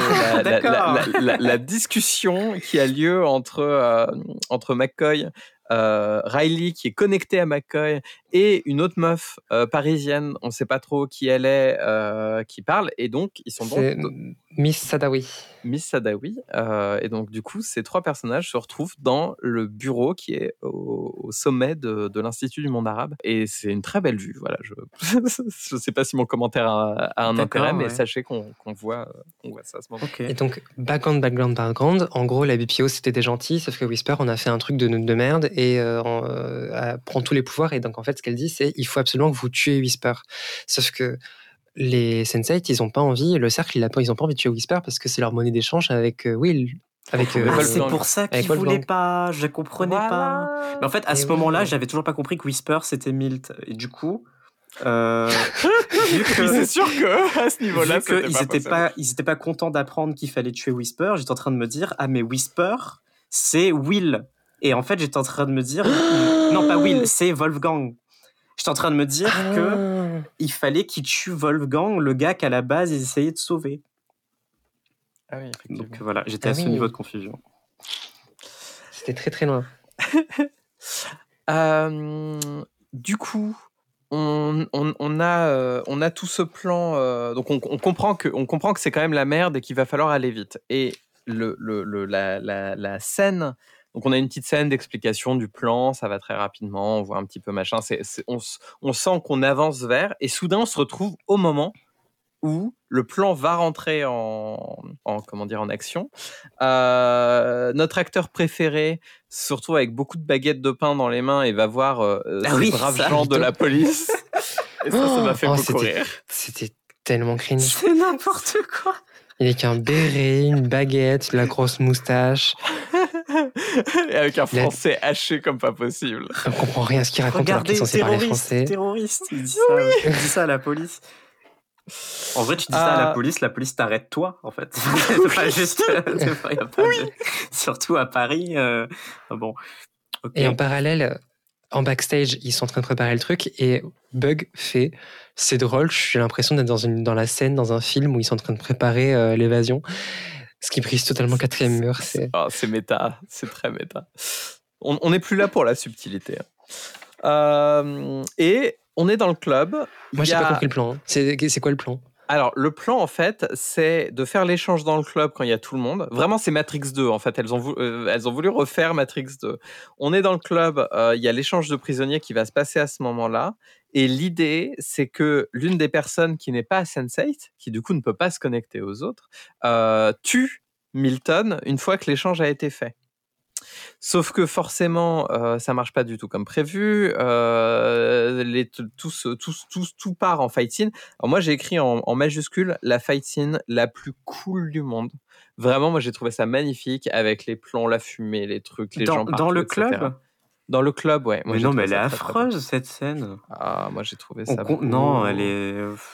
la discussion qui a lieu entre McCoy, Riley qui est connectée à McCoy et une autre meuf parisienne, on ne sait pas trop qui elle est, qui parle, et donc ils sont C'est donc Miss Sadawi. Miss Sadawi, et donc du coup ces trois personnages se retrouvent dans le bureau qui est au sommet de l'Institut du monde arabe, et c'est une très belle vue. Voilà, je sais pas si mon commentaire a un D'accord, intérêt, mais ouais. sachez qu'on voit ça à ce moment. Ok. Et donc, background. En gros, la BPO, c'était des gentils, sauf que Whisper, on a fait un truc de merde et prend tous les pouvoirs. Et donc, en fait, ce qu'elle dit, c'est il faut absolument que vous tuez Whisper. Sauf que les Sensites, ils ont pas envie, le cercle, ils ont pas envie de tuer Whisper parce que c'est leur monnaie d'échange avec Will. Avec, c'est pour ça qu'ils voulaient pas, je comprenais pas. Mais en fait, à ce moment-là, j'avais toujours pas compris que Whisper c'était Milt. Et du coup, vu que c'est sûr que à ce niveau-là, ils étaient pas contents d'apprendre qu'il fallait tuer Whisper, j'étais en train de me dire ah mais Whisper c'est Will. Et en fait, j'étais en train de me dire non pas Will, c'est Wolfgang. J'étais en train de me dire que il fallait qu'il tue Wolfgang, le gars qu'à la base ils essayaient de sauver. Ah oui, effectivement. Donc voilà, j'étais à ce niveau de confusion. C'était très très loin. Du coup, on a tout ce plan, donc on comprend que c'est quand même la merde et qu'il va falloir aller vite. Et la scène, donc on a une petite scène d'explication du plan, ça va très rapidement, on voit un petit peu machin, on sent qu'on avance vers, et soudain on se retrouve au moment où le plan va rentrer en action. Notre acteur préféré se retrouve avec beaucoup de baguettes de pain dans les mains et va voir ces braves gens de la police. Et ça m'a fait beaucoup rire. C'était tellement cringe. C'est n'importe quoi. Il est qu'un béret, une baguette, la grosse moustache. Et avec un français haché comme pas possible. On comprend rien à ce qu'il raconte alors qu'il est censé parler français. Terroriste, il dit ça à la police. En vrai, tu dis ça à la police t'arrête toi, en fait. C'est pas juste. Surtout à Paris. Bon. Okay. Et en parallèle, en backstage, ils sont en train de préparer le truc et Bug fait c'est drôle, j'ai l'impression d'être dans la scène, dans un film où ils sont en train de préparer l'évasion. Ce qui brise totalement quatrième mur. C'est méta, c'est très méta. On n'est plus là pour la subtilité. Et on est dans le club. Moi, j'ai pas compris le plan. C'est quoi le plan ? Alors, le plan, en fait, c'est de faire l'échange dans le club quand il y a tout le monde. Vraiment, c'est Matrix 2, en fait. Elles ont voulu refaire Matrix 2. On est dans le club, il y a l'échange de prisonniers qui va se passer à ce moment-là. Et l'idée, c'est que l'une des personnes qui n'est pas Sensate, qui du coup ne peut pas se connecter aux autres, tue Milton une fois que l'échange a été fait. Sauf que forcément, ça marche pas du tout comme prévu. Tout part en fight scene. Alors moi, j'ai écrit en majuscule la fight scene la plus cool du monde. Vraiment, moi, j'ai trouvé ça magnifique avec les plans, la fumée, les trucs, les gens partout, dans le etc. club. Dans le club, ouais. Moi, mais non, mais elle est affreuse cette scène. Ah, moi, j'ai trouvé ça. Non, elle est.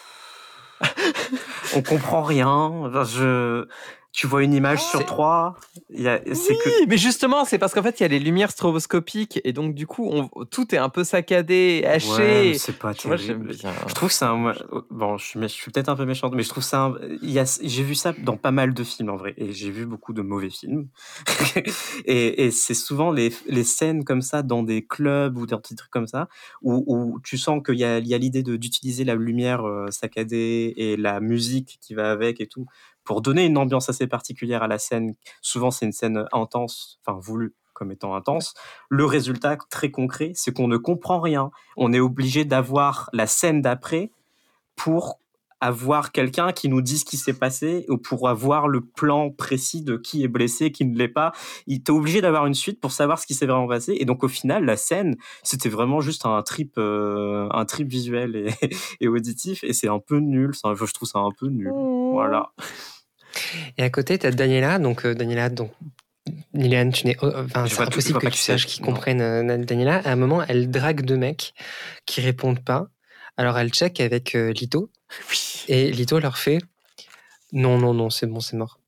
On comprend rien. Enfin, Tu vois une image sur 3. Mais justement, c'est parce qu'en fait, il y a les lumières stroboscopiques et donc du coup, tout est un peu saccadé, haché. Ouais, c'est pas terrible. Moi, j'aime bien. Je trouve que c'est bon, je suis peut-être un peu méchante, mais je trouve ça. J'ai vu ça dans pas mal de films en vrai, et j'ai vu beaucoup de mauvais films. et c'est souvent les scènes comme ça dans des clubs ou des petits trucs comme ça où tu sens qu'il y a l'idée d'utiliser la lumière saccadée et la musique qui va avec et tout, pour donner une ambiance assez particulière à la scène. Souvent, c'est une scène intense, enfin voulue comme étant intense. Le résultat très concret, c'est qu'on ne comprend rien. On est obligé d'avoir la scène d'après pour avoir quelqu'un qui nous dise ce qui s'est passé ou pour avoir le plan précis de qui est blessé, qui ne l'est pas. T'es obligé d'avoir une suite pour savoir ce qui s'est vraiment passé. Et donc au final, la scène, c'était vraiment juste un trip visuel et auditif. Et c'est un peu nul. Je trouve ça un peu nul. Voilà. Et à côté, t'as Daniela. Donc Liliane, c'est impossible que tu saches qu'ils comprennent Daniela. À un moment, elle drague deux mecs qui répondent pas. Alors elle check avec Lito. Oui. Et Lito leur fait non, c'est bon, c'est mort.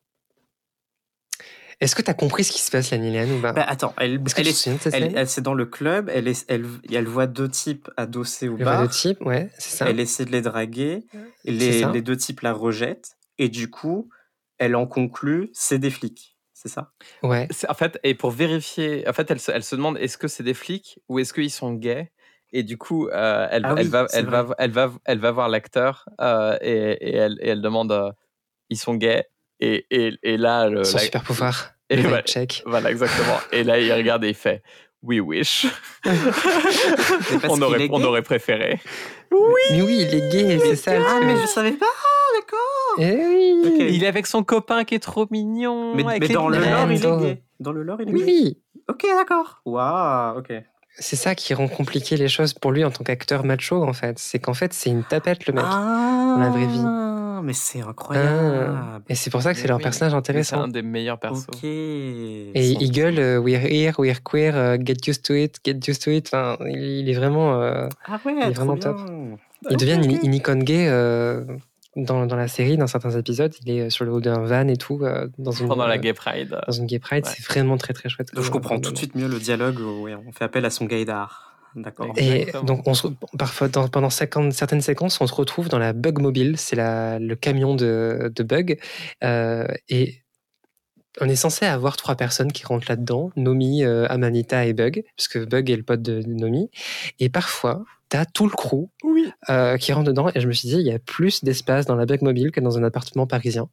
Est-ce que tu as compris ce qui se passe, la Liliane ou pas? Attends, elle c'est dans le club, elle voit deux types adossés au bar. Elle voit deux types, ouais, c'est ça. Elle essaie de les draguer, les deux types la rejettent, et du coup, elle en conclut, c'est des flics, c'est ça? Ouais. En fait, et pour vérifier, en fait, elle se demande est-ce que c'est des flics ou est-ce qu'ils sont gays? Et du coup, elle va voir l'acteur et elle demande ils sont gays et là son super pouvoir. Et voilà, check. Voilà, exactement. Et là, il regarde et il fait we wish. on aurait préféré. Oui. Mais oui, il est gay, c'est ça. Ah, mais je savais pas. D'accord. Eh oui. Okay. Il est avec son copain qui est trop mignon. Mais dans le lore, il est gay. Dans le lore, il est gay. Oui. Ok, d'accord. Waouh. Ok. C'est ça qui rend compliqué les choses pour lui en tant qu'acteur macho, en fait. C'est qu'en fait, c'est une tapette, le mec, dans la vraie vie. Mais c'est incroyable. Et c'est pour ça que c'est leur personnage intéressant. C'est un des meilleurs persos. Ok. Et il gueule we're here, we're queer, get used to it. Enfin, il est vraiment, il est vraiment top. Il devient une icône gay dans la série, dans certains épisodes. Il est sur le haut d'un van et tout. Pendant la Gay Pride. Dans une Gay Pride, c'est vraiment très très chouette. Donc je comprends tout de suite mieux le dialogue où on fait appel à son gaydar. D'accord. Et donc, parfois, pendant certaines séquences, on se retrouve dans la Bug Mobile. C'est le camion de Bug. Et on est censé avoir 3 personnes qui rentrent là-dedans. Nomi, Amanita et Bug. Puisque Bug est le pote de Nomi. Et parfois, t'as tout le crew qui rentre dedans. Et je me suis dit, il y a plus d'espace dans la Bug Mobile que dans un appartement parisien.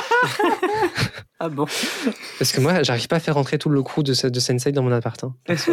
Ah bon? Parce que moi, j'arrive pas à faire rentrer tout le crew de Sense8 dans mon appart.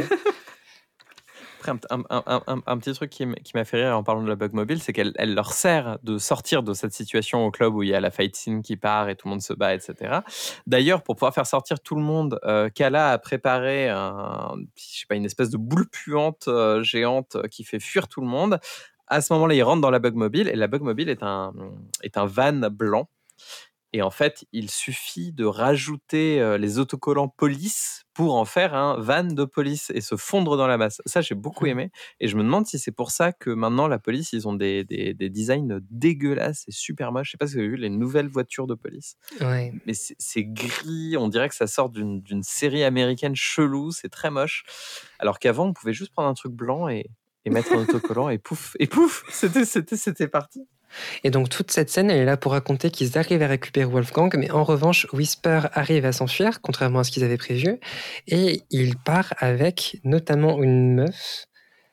Après, un petit truc qui m'a fait rire en parlant de la Bug Mobile, c'est qu'elle leur sert de sortir de cette situation au club où il y a la fight scene qui part et tout le monde se bat, etc. D'ailleurs, pour pouvoir faire sortir tout le monde, Kala a préparé une espèce de boule puante géante qui fait fuir tout le monde. À ce moment-là, ils rentrent dans la Bug Mobile et la Bug Mobile est un van blanc. Et en fait, il suffit de rajouter les autocollants police pour en faire un van de police et se fondre dans la masse. Ça, j'ai beaucoup aimé. Et je me demande si c'est pour ça que maintenant, la police, ils ont des designs dégueulasses et super moches. Je sais pas si vous avez vu les nouvelles voitures de police. Ouais. Mais c'est gris. On dirait que ça sort d'une série américaine chelou. C'est très moche. Alors qu'avant, on pouvait juste prendre un truc blanc et mettre un autocollant et pouf, c'était parti. Et donc toute cette scène, elle est là pour raconter qu'ils arrivent à récupérer Wolfgang, mais en revanche, Whisper arrive à s'enfuir, contrairement à ce qu'ils avaient prévu, et il part avec notamment une meuf,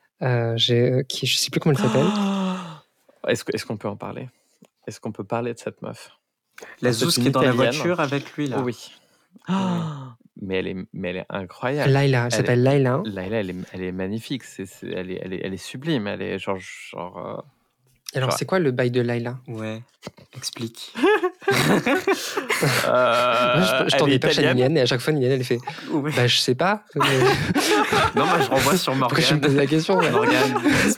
je sais plus comment elle s'appelle. Est-ce qu'on peut en parler? Est-ce qu'on peut parler de cette meuf? La Zeus qui est dans la voiture avec lui, là. Oui. Mais elle est incroyable. Laila, elle s'appelle Laila. Laila, elle est magnifique. Elle est sublime. Elle est genre. Alors, c'est quoi le bail de Laila? Ouais, explique. Je t'en dis pas chez Niliane, et à chaque fois, Niliane, elle fait bah, je sais pas. Non, moi, je renvoie sur Morgane. Pourquoi je me pose la question? Morgane,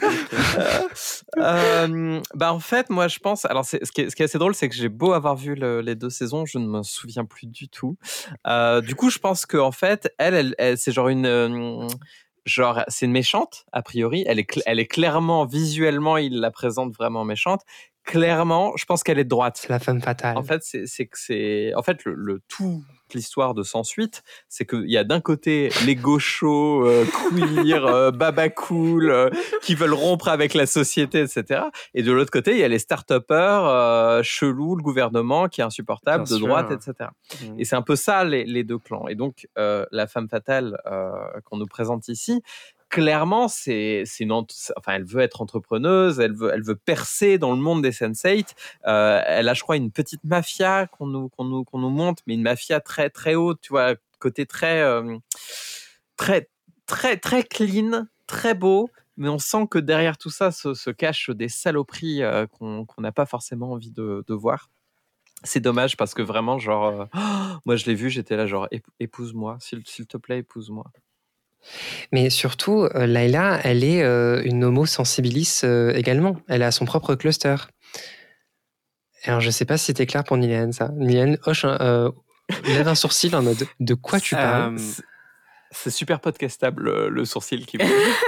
en fait, moi, je pense. Alors, ce qui est assez drôle, c'est que j'ai beau avoir vu les 2 saisons, je ne me souviens plus du tout. Du coup, je pense qu'en fait, elle c'est genre c'est une méchante, a priori. Elle est clairement, visuellement, il la présente vraiment méchante. Clairement, je pense qu'elle est de droite. C'est la femme fatale. En fait, en fait, toute l'histoire de Sans-Suite, c'est qu'il y a d'un côté les gauchos, queer, baba cool, qui veulent rompre avec la société, etc. Et de l'autre côté, il y a les start-upers chelous, le gouvernement qui est insupportable, de droite, etc. Et c'est un peu ça, les deux clans. Et donc, la femme fatale qu'on nous présente ici, clairement, elle veut être entrepreneuse, elle veut percer dans le monde des Sense8. Elle a, je crois, une petite mafia qu'on nous montre, mais une mafia très très haute, tu vois, côté très très très très clean, très beau. mais on sent que derrière tout ça se cachent des saloperies qu'on n'a pas forcément envie de voir. C'est dommage parce que vraiment, genre, moi je l'ai vu, j'étais là, genre, épouse-moi, s'il te plaît, épouse-moi. Mais surtout, Layla, elle est une homo sensibilis également. Elle a son propre cluster. Alors, je sais pas si c'était clair pour Nilian, ça. Nilian hoche lève un sourcil en mode « De quoi tu parles ?» C'est super podcastable, le sourcil qui bouge.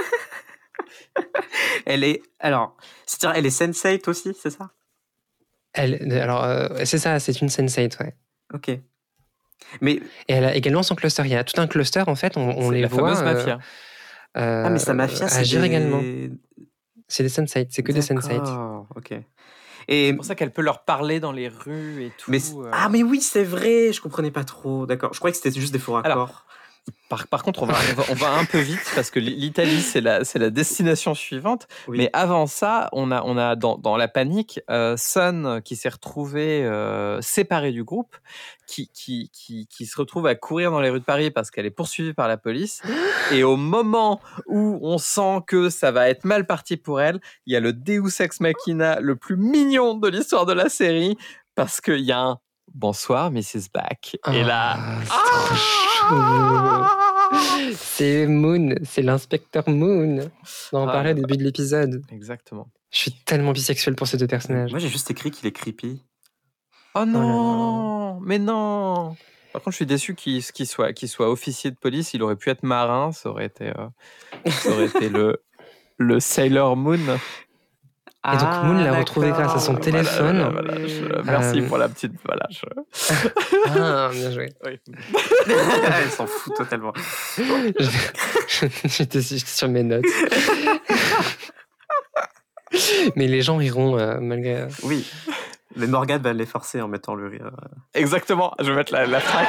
Elle est sensate aussi, c'est ça? C'est ça, c'est une sensate, ouais. Ok. Mais... Et elle a également son cluster. Il y a tout un cluster, en fait, on les voit... C'est la fameuse mafia. mais sa mafia, c'est agir également. C'est des sensates, c'est que des sensates. Ok. Et c'est pour ça qu'elle peut leur parler dans les rues et tout. Mais oui, c'est vrai, je comprenais pas trop. D'accord, je croyais que c'était juste des faux raccords. Alors, par contre, on va un peu vite parce que l'Italie, c'est la destination suivante. Oui. Mais avant ça, on a dans la panique, Sun qui s'est retrouvé séparé du groupe, qui se retrouve à courir dans les rues de Paris parce qu'elle est poursuivie par la police. Et au moment où on sent que ça va être mal parti pour elle, il y a le Deus Ex Machina le plus mignon de l'histoire de la série parce qu'il y a un bonsoir, Mrs. Back. Et là, c'est Moon, c'est l'inspecteur Moon. On en parlait au début de l'épisode. Exactement. Je suis tellement bisexuel pour ces deux personnages. Moi, j'ai juste écrit qu'il est creepy. Oh non, mais non. Par contre, je suis déçu qu'il soit officier de police. Il aurait pu être marin. Ça aurait été le Sailor Moon. Et donc Moon l'a retrouvé grâce à son téléphone. Merci pour la petite. Bien joué. Oui. Elle s'en fout totalement. J'étais sur mes notes. Mais les gens riront malgré. Oui. Mais Morgane va les forcer en mettant le rire. Exactement. Je vais mettre la track.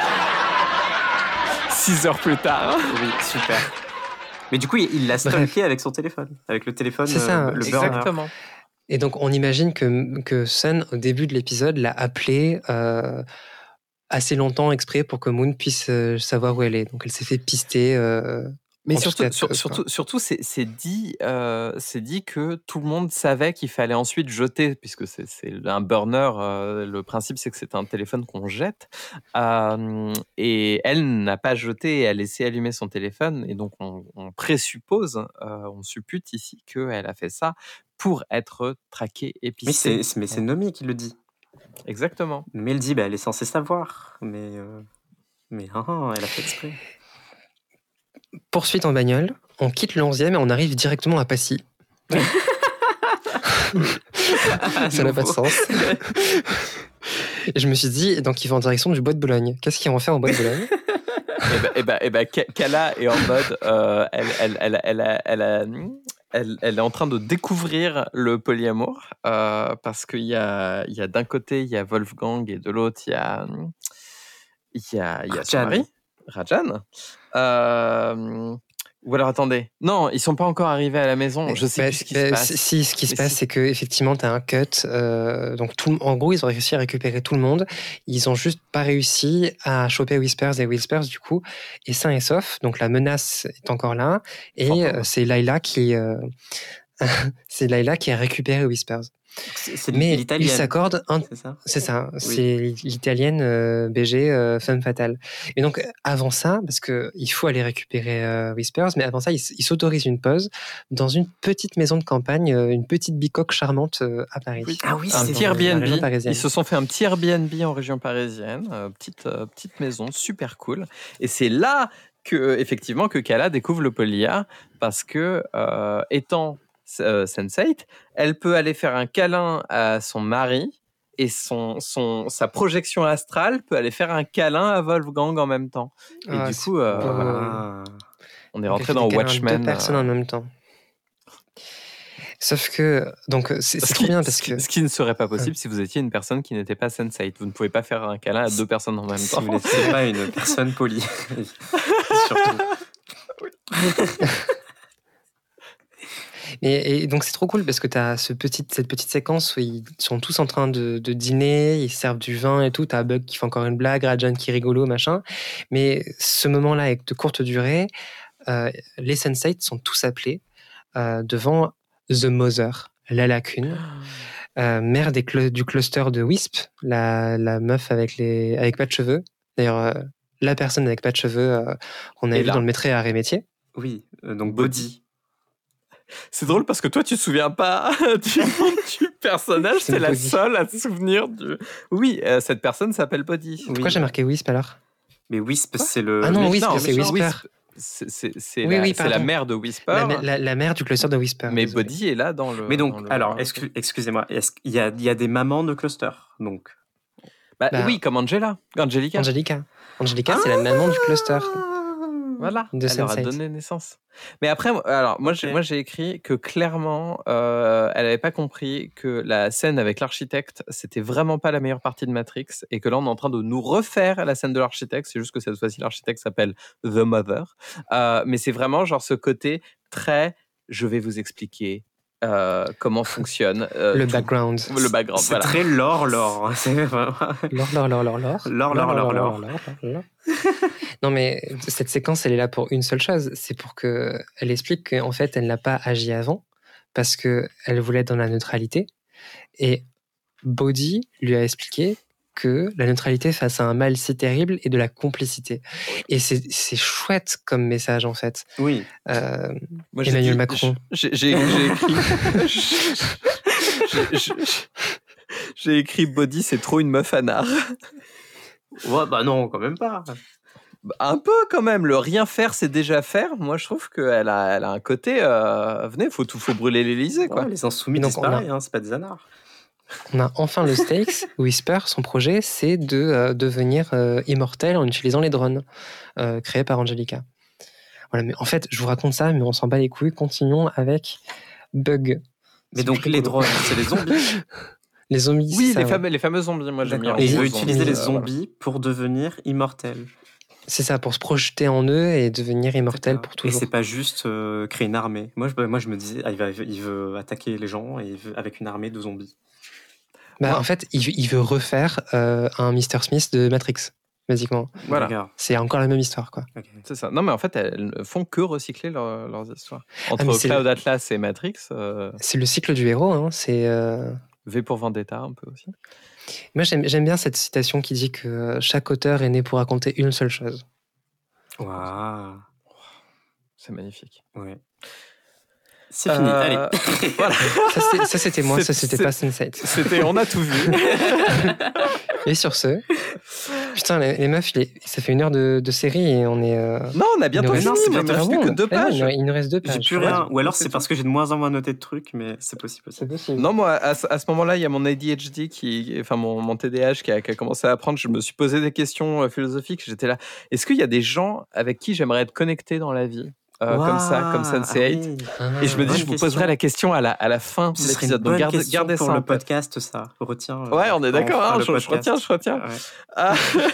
6 heures plus tard. Oui, super. Mais du coup, il l'a stalké avec son téléphone, avec le téléphone. C'est ça. Le exactement. burner. Et donc, on imagine que Sun, au début de l'épisode, l'a appelé assez longtemps exprès pour que Moon puisse savoir où elle est. Donc, elle s'est fait pister. Mais surtout, c'est dit que tout le monde savait qu'il fallait ensuite jeter, puisque c'est un burner. Le principe, c'est que c'est un téléphone qu'on jette. Et elle n'a pas jeté, elle a laissé allumer son téléphone. Et donc, on présuppose, on suppute ici qu'elle a fait ça pour être traquée et pistée. Mais c'est Nomi qui le dit. Exactement. Mais elle dit, elle est censée savoir. Mais elle a fait exprès. Poursuite en bagnole, on quitte le 11e et on arrive directement à Passy. Ça n'a pas de sens. Et je me suis dit, donc ils vont en direction du Bois de Boulogne. Qu'est-ce qu'ils vont faire au Bois de Boulogne? Kala est en mode, elle est en train de découvrir le polyamour parce qu'il y a d'un côté il y a Wolfgang et de l'autre il y a son mari, Rajan. Ou alors attendez, non, ils sont pas encore arrivés à la maison. Je sais plus ce qui se passe. Si, ce qui se passe, c'est que effectivement, t'as un cut. Donc en gros, ils ont réussi à récupérer tout le monde. Ils ont juste pas réussi à choper Whispers et Whispers du coup est sain et sauf. Donc la menace est encore là et c'est Layla qui a récupéré Whispers. Mais ils s'accordent c'est ça, oui. C'est l'italienne BG femme fatale. Et donc avant ça, parce que il faut aller récupérer Whispers, mais avant ça, ils s'autorisent une pause dans une petite maison de campagne, une petite bicoque charmante à Paris. Oui. Ah oui, un petit Airbnb. Ils se sont fait un petit Airbnb en région parisienne, petite maison super cool. Et c'est là que Kala découvre le polia parce que étant sensate, elle peut aller faire un câlin à son mari et sa projection astrale peut aller faire un câlin à Wolfgang en même temps. Et du coup, on est rentré dans Watchmen. 2 personnes en même temps. Sauf que, donc, c'est trop bien parce que... Ce qui ne serait pas possible si vous étiez une personne qui n'était pas sensate. Vous ne pouvez pas faire un câlin à 2 personnes en même temps. Si vous n'étiez pas une personne polie. Surtout. Et donc c'est trop cool parce que tu as cette petite séquence où ils sont tous en train de dîner, ils servent du vin et tout, tu as Bug qui fait encore une blague, Rajan qui rigolo, machin. Mais ce moment-là est de courte durée, les sensates sont tous appelés. devant The Mother, la lacune, mère du cluster de Wisp, la meuf avec pas de cheveux. D'ailleurs, la personne avec pas de cheveux qu'on avait vu dans le Maître et Arts et Métiers. Oui, donc Body. C'est drôle parce que toi, tu te souviens pas du nom du personnage, c'est la seule à se souvenir du... Oui, cette personne s'appelle Body. Pourquoi j'ai marqué Wisp alors ? Mais Wisp, c'est le... Ah non, Wisp, c'est Whisper. C'est la mère de Whisper. La mère du cluster de Whisper. Mais Body est là dans le... Mais donc, alors, excusez-moi, il y a des mamans de cluster, donc... Oui, comme Angelica. Angelica, c'est la maman du cluster. Voilà, de elle leur a donné naissance. Mais après, alors moi j'ai écrit que clairement, elle n'avait pas compris que la scène avec l'architecte, c'était vraiment pas la meilleure partie de Matrix, et que là on est en train de nous refaire la scène de l'architecte. C'est juste que cette fois-ci l'architecte s'appelle The Mother, mais c'est vraiment genre ce côté très, je vais vous expliquer comment fonctionne le background. Le background, c'est très lore. C'est vraiment... Lore. Non, mais cette séquence, elle est là pour une seule chose. C'est pour qu'elle explique qu'en fait, elle n'a pas agi avant parce qu'elle voulait être dans la neutralité. Et Body lui a expliqué que la neutralité face à un mal si terrible est de la complicité. Et c'est chouette comme message, en fait. Oui. Moi, Emmanuel Macron. J'ai écrit... J'ai écrit Body, c'est trop une meuf anard. Ouais, bah non, quand même pas. Un peu quand même, le rien faire c'est déjà faire. Moi je trouve qu'elle a un côté venez, faut brûler l'Élysée quoi. Ouais, les insoumis disparaissent, c'est pas des anards. On a enfin le stakes. Whisper, son projet, c'est de devenir immortel en utilisant les drones créés par Angelica. Voilà, mais en fait, je vous raconte ça, mais on s'en bat les couilles. Continuons avec Bug. Mais donc les drones, c'est les zombies. Les zombies. Oui, les fameux zombies. Moi j'aime bien. Ils veulent utiliser les zombies pour devenir immortels. C'est ça, pour se projeter en eux et devenir immortel pour toujours. Et c'est pas juste créer une armée. Moi, je me disais, il veut attaquer les gens avec une armée de zombies. En fait, il veut refaire un Mr. Smith de Matrix, basiquement. Voilà. C'est encore la même histoire, quoi. Okay. C'est ça. Non, mais en fait, elles ne font que recycler leurs histoires. Entre Cloud Atlas et Matrix. C'est le cycle du héros, hein. C'est. V pour Vendetta, un peu aussi. Moi, j'aime bien cette citation qui dit que chaque auteur est né pour raconter une seule chose. Waouh. C'est magnifique. Ouais. C'est fini, allez. Voilà. Ça, c'était moi, ça, c'était pas Sense8. On a tout vu. Et sur ce, putain, les meufs, ça fait 1 heure de série et on est... Non, on a bientôt fini, il ne reste plus que 2 pages. Il nous reste 2 pages. J'ai plus rien, ou alors c'est parce que j'ai de moins en moins noté de trucs, mais c'est possible. Non, moi, à ce moment-là, il y a mon ADHD, mon TDAH qui a commencé à apprendre. Je me suis posé des questions philosophiques. J'étais là, est-ce qu'il y a des gens avec qui j'aimerais être connecté dans la vie comme ça, comme Sense8. Et je me dis, je vous poserai la question à la fin de l'épisode. Donc gardez ça pour le podcast, ça. Retiens. Ouais, on est d'accord. Je retiens. Ouais.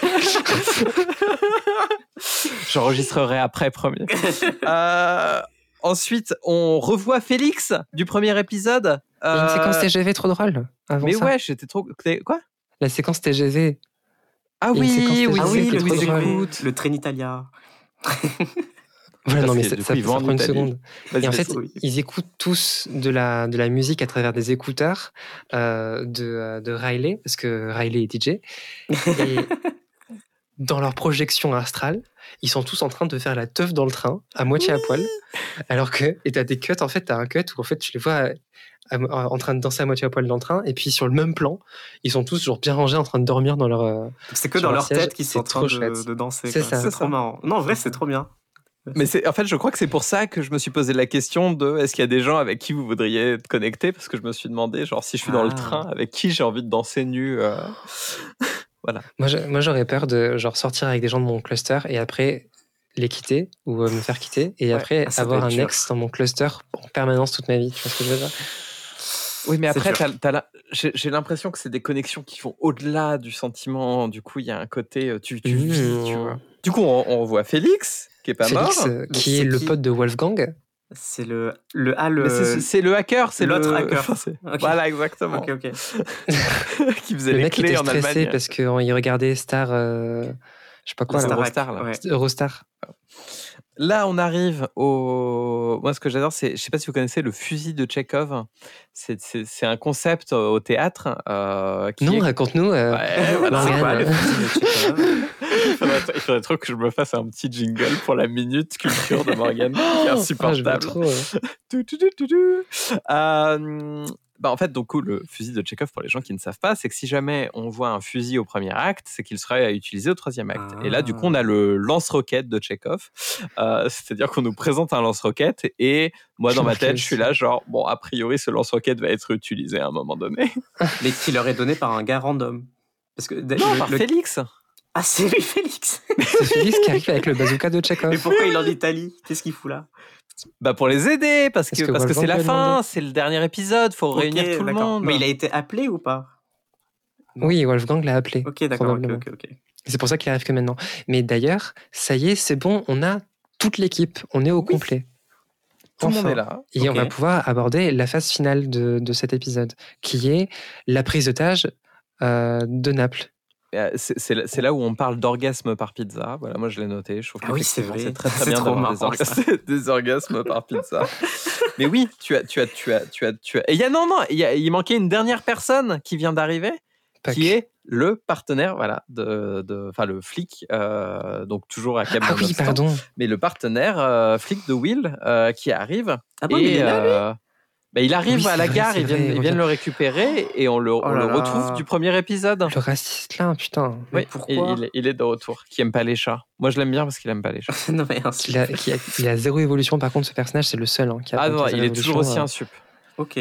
J'enregistrerai après, promis. Ensuite, on revoit Félix du premier épisode. Une séquence TGV trop drôle. Mais ouais, j'étais trop. Quoi ? La séquence TGV. Ah oui, le Trenitalia. Voilà, non, mais ça prend une seconde. Et en fait, ils écoutent tous de la musique à travers des écouteurs de Riley, parce que Riley est DJ. Et dans leur projection astrale, ils sont tous en train de faire la teuf dans le train, à moitié à poil. Alors que, et t'as des cuts, en fait, t'as un cut où en fait, tu les vois en train de danser à moitié à poil dans le train, et puis sur le même plan, ils sont tous genre bien rangés en train de dormir dans leur. C'est que dans leur tête qu'ils sont en train de danser. C'est trop marrant. Non, en vrai, c'est trop bien. Mais en fait, je crois que c'est pour ça que je me suis posé la question de est-ce qu'il y a des gens avec qui vous voudriez être connecté, parce que je me suis demandé, genre, si je suis dans le train, avec qui j'ai envie de danser nu. Voilà. Moi, j'aurais peur de genre sortir avec des gens de mon cluster et après les quitter ou me faire quitter et après avoir un ex dans mon cluster en permanence toute ma vie. Tu vois ce que je veux dire ? Oui, mais après, j'ai l'impression que c'est des connexions qui vont au-delà du sentiment. Du coup, il y a un côté, tu vis, tu vois. Du coup, on revoit Félix, qui est pas Félix, mort. Qui est le pote de Wolfgang. C'est le c'est le hacker, c'est l'autre hacker. Okay. Voilà, exactement. Ok. Qui faisait les clés en Allemagne. Le mec était stressé parce qu'il regardait Star... je sais pas quoi, La là. Eurostar, là. Ouais. Eurostar. Là, on arrive au. Moi, ce que j'adore, c'est. Je sais pas si vous connaissez le fusil de Tchekhov. C'est un concept au théâtre qui Non, est. raconte-nous, Ouais, voilà, C'est quoi Morgane. le fusil de Tchekhov? il faudrait trop que je me fasse un petit jingle pour la minute culture de Morgane, qui est Ah, je veux insupportable. trop. En fait, donc, le fusil de Tchekhov, pour les gens qui ne savent pas, c'est que si jamais on voit un fusil au premier acte, c'est qu'il serait à utiliser au troisième acte. Et là, du coup, on a le lance-roquette de Tchekhov. C'est-à-dire qu'on nous présente un lance-roquette et moi, dans ma tête, je suis là, genre, bon, a priori, ce lance-roquette va être utilisé à un moment donné. Mais qui leur est donné par un gars random. Parce que Non, par Félix. Ah, c'est lui, Félix. C'est Félix qui arrive avec le bazooka de Mais Tchekhov. pourquoi il est en Italie? Qu'est-ce qu'il fout là? Pour les aider, parce Parce que que c'est Wolfgang la lui a fin, demandé. c'est le dernier épisode, faut réunir tout le d'accord. monde. Mais il a été appelé ou pas? Non. Oui, Wolfgang l'a appelé. Ok, d'accord. probablement. Ok. C'est pour ça qu'il arrive que maintenant. Mais d'ailleurs, ça y est, c'est bon, on a toute l'équipe, on est au complet. Tout le monde Enfin. est là. Et on Ok. va pouvoir aborder la phase finale de cet épisode, qui est la prise d'otage de Naples. C'est là où on parle d'orgasme par pizza. Voilà, moi je l'ai noté. Je trouve Ah oui, c'est qu'effectivement, vrai. c'est très C'est bien trop d'avoir marrant, des orgasmes par pizza. Mais oui, tu as. Et il manquait une dernière personne qui vient d'arriver, Puck. qui est le partenaire, voilà, enfin le flic, donc toujours à Cab Ah oui, nonobstant, pardon. mais le partenaire flic de Will qui arrive. Ah bon, mais il est là, lui? Il arrive Oui, à la c'est vrai, gare, c'est ils vrai, il viennent revient. le récupérer et on le là là. retrouve du premier épisode. Le raciste là, putain. Mais Oui, pourquoi? il est de retour. Qui aime pas les chats. Moi, je l'aime bien parce qu'il aime pas les chats. Non, mais ainsi. Il a zéro évolution, par contre, ce personnage, c'est le seul qui a Ah pas non, zéro il est toujours évolution, aussi insup. Ok.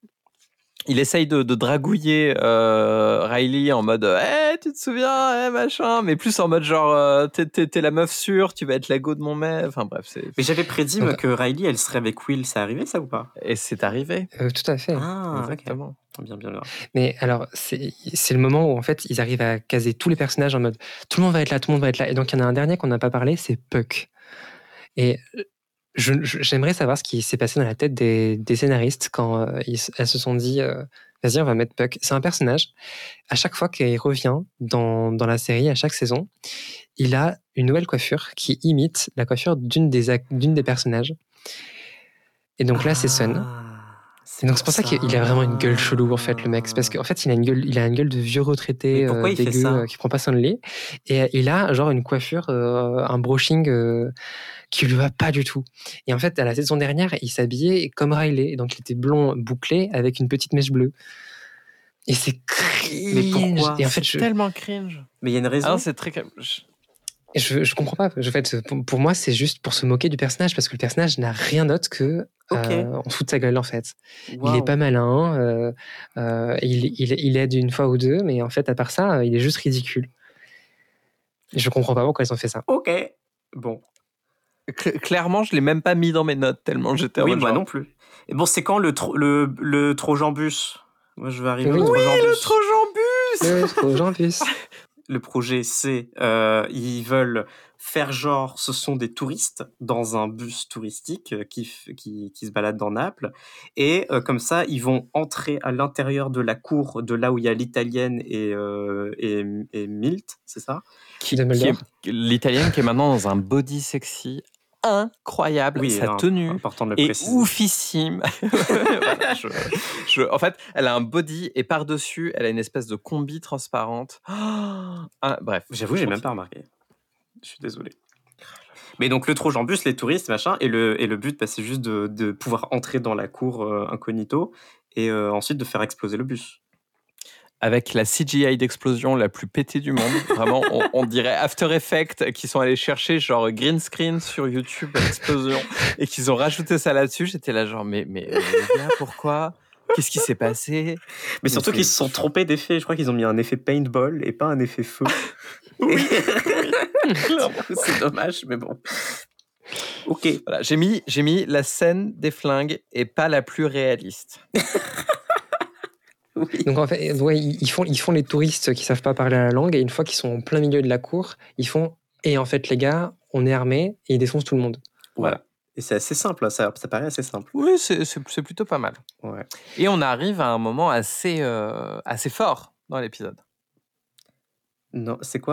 Il essaye de dragouiller Riley en mode tu te souviens, machin, mais plus en mode genre t'es la meuf sûre, tu vas être la go de mon mec. Enfin bref, Mais j'avais prédit Donc- que Riley, elle serait avec Will. C'est arrivé, ça, ou pas? et c'est arrivé. Tout à fait. Ah, Exactement. ok. Bien. Mais alors, c'est le moment où en fait ils arrivent à caser tous les personnages en mode tout le monde va être là, tout le monde va être là. Et donc il y en a un dernier qu'on n'a pas parlé, c'est Puck. Et j'aimerais savoir ce qui s'est passé dans la tête des scénaristes quand elles se sont dit vas-y, on va mettre Puck. C'est un personnage, à chaque fois qu'il revient dans la série, à chaque saison, il a une nouvelle coiffure qui imite la coiffure d'une des personnages. Et donc là, c'est Sun. Et donc c'est pour ça qu'il a vraiment une gueule chelou en fait le mec. C'est parce qu'en fait il a une gueule de vieux retraité Mais pourquoi il fait dégueu ça qui prend pas soin de lui. Et il a genre une coiffure, un brushing qui lui va pas du tout. Et en fait à la saison dernière il s'habillait comme Riley. Donc il était blond bouclé avec une petite mèche bleue. Et c'est cringe. Mais pourquoi? Et en fait C'est tellement cringe. Mais il y a une raison. Ah non, c'est très. je comprends pas. En fait pour moi c'est juste pour se moquer du personnage parce que le personnage n'a rien d'autre que Ok. on se fout de sa gueule en fait. Waouh. Il est pas malin, il aide une fois ou deux, mais en fait, à part ça, il est juste ridicule. Et je comprends pas pourquoi ils ont fait ça. Ok. Bon. Clairement, je l'ai même pas mis dans mes notes tellement j'étais. Oui, en mode moi genre, non plus. Et bon, c'est quand le Trojambus? Moi, je vais arriver Oui. au Trojambus. le Trojambus. Trop gens plus. Le projet, c'est ils veulent faire genre ce sont des touristes dans un bus touristique qui se balade dans Naples et comme ça ils vont entrer à l'intérieur de la cour de là où il y a l'italienne et Milt, c'est ça? L'italienne qui est maintenant dans un body sexy incroyable. Oui, sa tenue important de le est préciser. oufissime. Voilà, en fait, elle a un body et par-dessus, elle a une espèce de combi transparente. Bref. J'avoue, j'ai même pas remarqué. Je suis désolé. Mais donc le Trojambus, les touristes, machin, et le but, c'est juste de pouvoir entrer dans la cour incognito et ensuite de faire exploser le bus. Avec la CGI d'explosion la plus pétée du monde. Vraiment, on dirait After Effects qui sont allés chercher genre green screen sur YouTube, explosion, et qu'ils ont rajouté ça là-dessus. J'étais là genre, mais les gars, pourquoi? Qu'est-ce qui s'est passé? Mais surtout qu'ils se sont trompés d'effet. Je crois qu'ils ont mis un effet paintball et pas un effet feu. Oui. C'est dommage, mais bon. Ok. Voilà, j'ai mis la scène des flingues et pas la plus réaliste. Oui. Donc en fait, ouais, ils font les touristes qui savent pas parler la langue et une fois qu'ils sont en plein milieu de la cour, ils font et en fait les gars, on est armés et ils défoncent tout le monde. Voilà. Et c'est assez simple, ça paraît assez simple. Oui, c'est plutôt pas mal. Ouais. Et on arrive à un moment assez fort dans l'épisode. Non, c'est quoi?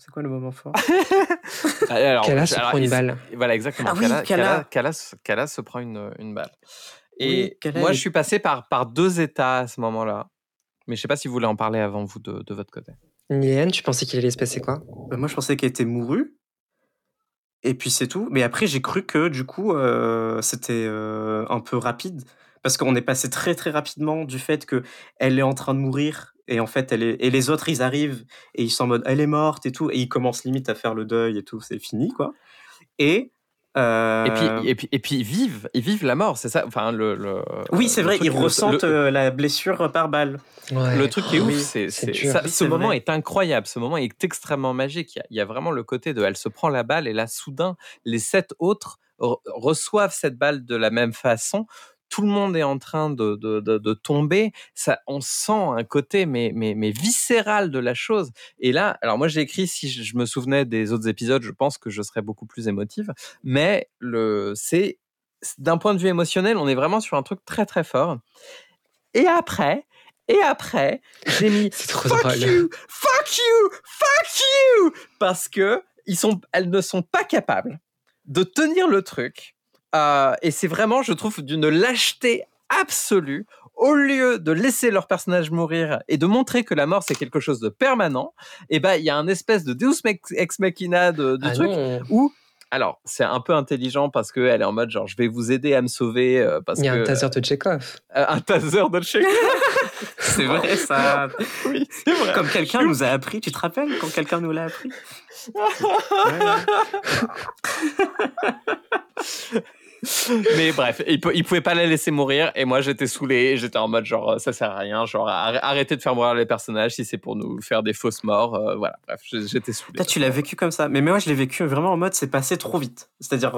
C'est quoi le moment fort? Alors, Kala se prend une balle. Voilà, exactement. Ah oui, Kala se prend une balle. Oui, Et Kala, moi, elle je suis passé par 2 états à ce moment-là. Mais je sais pas si vous voulez en parler avant, vous, de votre côté. Niliane, tu pensais qu'il allait se passer quoi? Moi, je pensais qu'elle était mourue. Et puis c'est tout. Mais après, j'ai cru que du coup, c'était un peu rapide. Parce qu'on est passé très très rapidement du fait qu'elle est en train de mourir. Et en fait, et les autres, ils arrivent et ils sont en mode elle est morte et tout. Et ils commencent limite à faire le deuil et tout. C'est fini, quoi. Et. Et puis ils vivent la mort, c'est ça. Enfin, Oui, c'est vrai, truc, ils ressentent la blessure par balle. Ouais. Le truc qui est ouf, Oui, c'est dur. ça, Oui, ce c'est moment vrai. est incroyable, ce moment est extrêmement magique. Il y a vraiment le côté de elle se prend la balle et là soudain les 7 autres reçoivent cette balle de la même façon. Tout le monde est en train de tomber. Ça, on sent un côté mais viscéral de la chose. Et là, alors moi j'ai écrit, si je me souvenais des autres épisodes, je pense que je serais beaucoup plus émotive. Mais c'est d'un point de vue émotionnel, on est vraiment sur un truc très très fort. Et après, j'ai mis C'est trop fuck drôle. you, fuck you, fuck you, parce que elles ne sont pas capables de tenir le truc. Et c'est vraiment, je trouve, d'une lâcheté absolue. Au lieu de laisser leur personnage mourir et de montrer que la mort c'est quelque chose de permanent, et ben il y a un espèce de Deus ex machina de truc non. où, alors c'est un peu intelligent parce que elle est en mode genre je vais vous aider à me sauver parce Il y a que un taser de Tchekhov. un taser de Tchekhov. C'est vrai, ça. Oui, c'est vrai. Comme quelqu'un nous a appris, tu te rappelles quand quelqu'un nous l'a appris? Mais bref, il pouvait pas la laisser mourir et moi j'étais saoulé, j'étais en mode genre ça sert à rien, genre arrêtez de faire mourir les personnages si c'est pour nous faire des fausses morts, voilà, bref, j'étais saoulé. Toi, tu l'as vécu comme ça, mais moi je l'ai vécu vraiment en mode c'est passé trop vite. C'est-à-dire,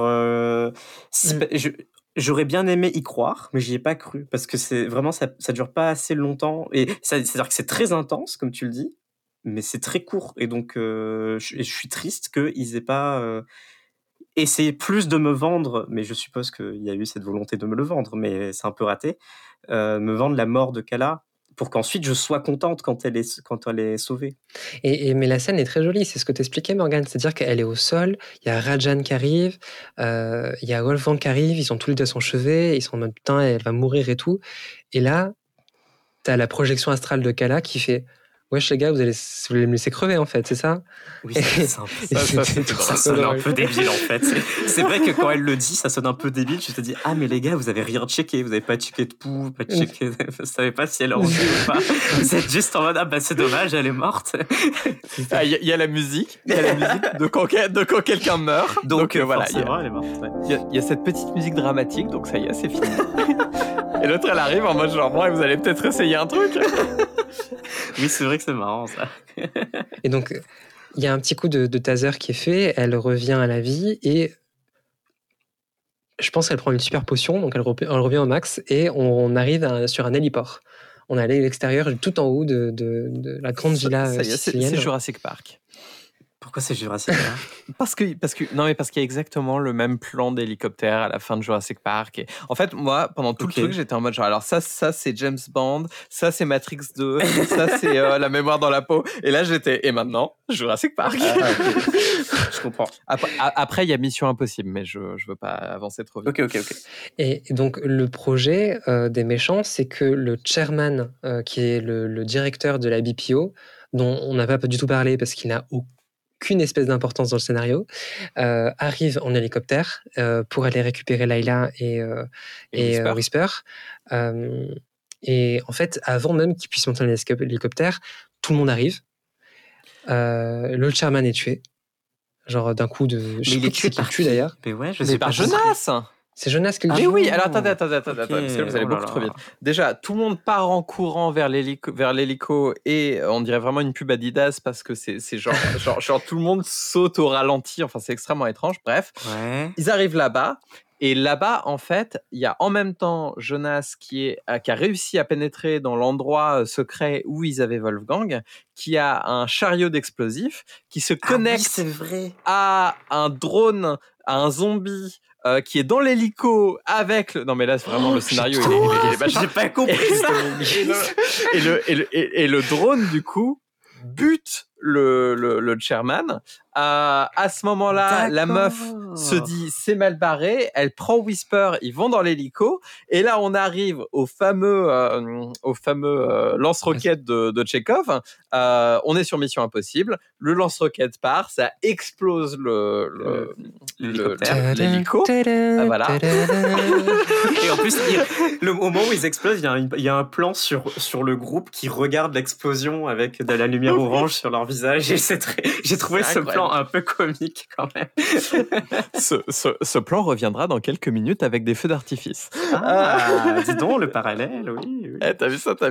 j'aurais bien aimé y croire, mais j'y ai pas cru parce que c'est vraiment ça dure pas assez longtemps et c'est-à-dire que c'est très intense comme tu le dis, mais c'est très court et donc je suis triste qu'ils aient pas essayé plus de me vendre, mais je suppose qu'il y a eu cette volonté de me le vendre, mais c'est un peu raté, me vendre la mort de Kala pour qu'ensuite je sois contente quand elle est sauvée. Mais la scène est très jolie, c'est ce que t'expliquais Morgane, c'est-à-dire qu'elle est au sol, il y a Rajan qui arrive, il y a Wolfgang qui arrive, ils sont tous les deux à son chevet, ils sont en mode putain elle va mourir et tout, et là t'as la projection astrale de Kala qui fait wesh les gars vous voulez me laisser crever en fait, c'est ça? Oui, ça sonne un peu débile en fait. C'est vrai que quand elle le dit, ça sonne un peu débile. Tu te dis ah mais les gars, vous avez rien checké, vous avez pas checké de pouls, pas checké, vous savez pas si elle est en vie ou pas. Vous êtes juste en mode ah bah c'est dommage, elle est morte. Il y a la musique, de quand quelqu'un meurt. Donc voilà, elle est morte. Ouais. Il y a cette petite musique dramatique, donc ça y est, c'est fini. Et l'autre elle arrive en mode genre bon, vous allez peut-être essayer un truc. Oui, c'est vrai que c'est marrant ça. Et donc, il y a un petit coup de taser qui est fait, elle revient à la vie et je pense qu'elle prend une super potion, donc elle revient au max et on arrive sur un héliport. On est allé à l'extérieur, tout en haut de la grande villa sicilienne. C'est Jurassic Park. Pourquoi c'est Jurassic Park? parce qu'il y a exactement le même plan d'hélicoptère à la fin de Jurassic Park. Et en fait, moi, pendant tout le truc, j'étais en mode genre, alors ça c'est James Bond, ça c'est Matrix 2, ça c'est La mémoire dans la peau. Et là, et maintenant, Jurassic Park. Je comprends. Après, il y a Mission Impossible, mais je veux pas avancer trop vite. Ok. Et donc, le projet des méchants, c'est que le chairman, qui est le directeur de la BPO, dont on n'a pas du tout parlé parce qu'il n'a aucune espèce d'importance dans le scénario, arrive en hélicoptère pour aller récupérer Layla et Whisper. Et en fait, avant même qu'il puisse monter dans l'hélicoptère, tout le monde arrive. Le chairman est tué. Genre d'un coup de... Mais il est tué par qui d'ailleurs? Mais ouais, mais par Jonas. C'est Jonas qui le tue. Mais oui, alors attendez, parce que là, vous allez beaucoup trop vite. Déjà, tout le monde part en courant vers l'hélico et on dirait vraiment une pub Adidas parce que c'est genre tout le monde saute au ralenti. Enfin, c'est extrêmement étrange. Bref, Ils arrivent là-bas. Et là-bas, en fait, il y a en même temps Jonas qui a réussi à pénétrer dans l'endroit secret où ils avaient Wolfgang, qui a un chariot d'explosifs, qui se connecte à un drone, à un zombie qui est dans l'hélico avec non mais là c'est vraiment le scénario j'ai pas compris ça. Et le drone du coup bute le chairman. À ce moment-là, la meuf se dit c'est mal barré, elle prend Whisper, ils vont dans l'hélico, et là on arrive au fameux lance-roquette de Chekhov. On est sur Mission Impossible, le lance-roquette part, ça explose l'hélico. Voilà. Et en plus, au moment où ils explosent, il y a un plan sur le groupe qui regarde l'explosion avec de la lumière orange sur leur visage. Et j'ai trouvé ce plan un peu comique quand même. Ce plan reviendra dans quelques minutes avec des feux d'artifice. Dis donc, le parallèle, oui. T'as vu ça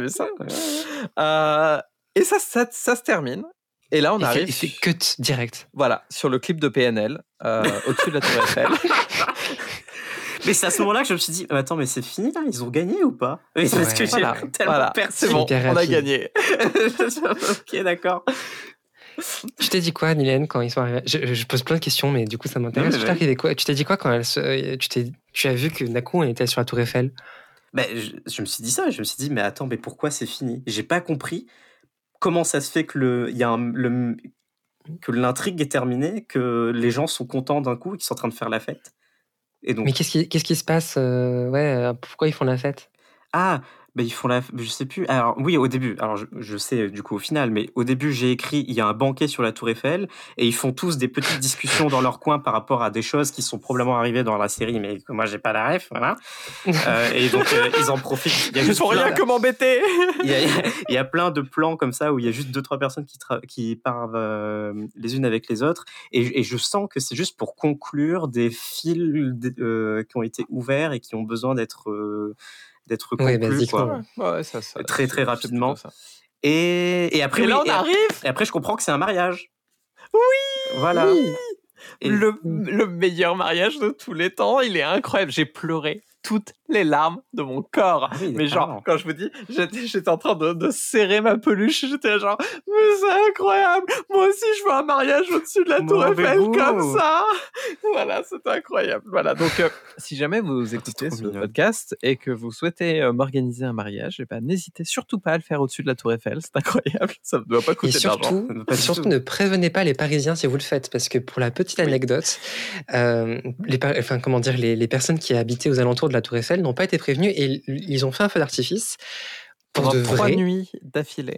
et ça se termine. Et là, on arrive. Et c'est cut direct. Voilà, sur le clip de PNL, au-dessus de la Tour Eiffel. Mais c'est à ce moment-là que je me suis dit, attends, mais c'est fini là, ils ont gagné ou pas? Oui, parce que j'ai tellement perdu. C'est bon, on a gagné. Ok, d'accord. Tu t'es dit quoi, Nilène, quand ils sont arrivés? Je pose plein de questions, mais du coup, ça m'intéresse. Tu t'es dit quoi quand tu as vu que d'un coup, on était sur la Tour Eiffel? Je me suis dit ça. Je me suis dit, mais attends, mais pourquoi c'est fini? J'ai pas compris comment ça se fait que que l'intrigue est terminée, que les gens sont contents d'un coup et qu'ils sont en train de faire la fête. Et donc... Mais qu'est-ce qui se passe? Pourquoi ils font la fête? Ils font je sais plus. Alors oui, au début. Alors je sais du coup au final, mais au début j'ai écrit, il y a un banquet sur la Tour Eiffel et ils font tous des petites discussions dans leur coin par rapport à des choses qui sont probablement arrivées dans la série, mais que moi j'ai pas la ref, voilà. Et donc ils en profitent. Ils font rien que m'embêter. Il y a plein de plans comme ça où il y a juste 2-3 personnes qui parlent les unes avec les autres et je sens que c'est juste pour conclure des fils qui ont été ouverts et qui ont besoin d'être conclus, quoi. Ça, très très rapidement. Et après, là on arrive. Et après, je comprends que c'est un mariage. Oui. Voilà. Oui. Et... Le meilleur mariage de tous les temps. Il est incroyable. J'ai pleuré toutes les larmes de mon corps. Mais genre, quand je vous dis, j'étais en train de serrer ma peluche. J'étais genre, mais c'est incroyable. Moi aussi, je veux un mariage au-dessus de la Tour Eiffel comme ça. Voilà, c'est incroyable. Voilà. Donc, si jamais vous écoutez ce podcast et que vous souhaitez m'organiser un mariage, n'hésitez surtout pas à le faire au-dessus de la Tour Eiffel. C'est incroyable. Ça ne doit pas coûter d'argent. Et surtout, ne prévenez pas les Parisiens si vous le faites, parce que pour la petite anecdote, les personnes qui habitaient aux alentours de la Tour Eiffel n'ont pas été prévenus et ils ont fait un feu d'artifice pendant 3 nuits d'affilée.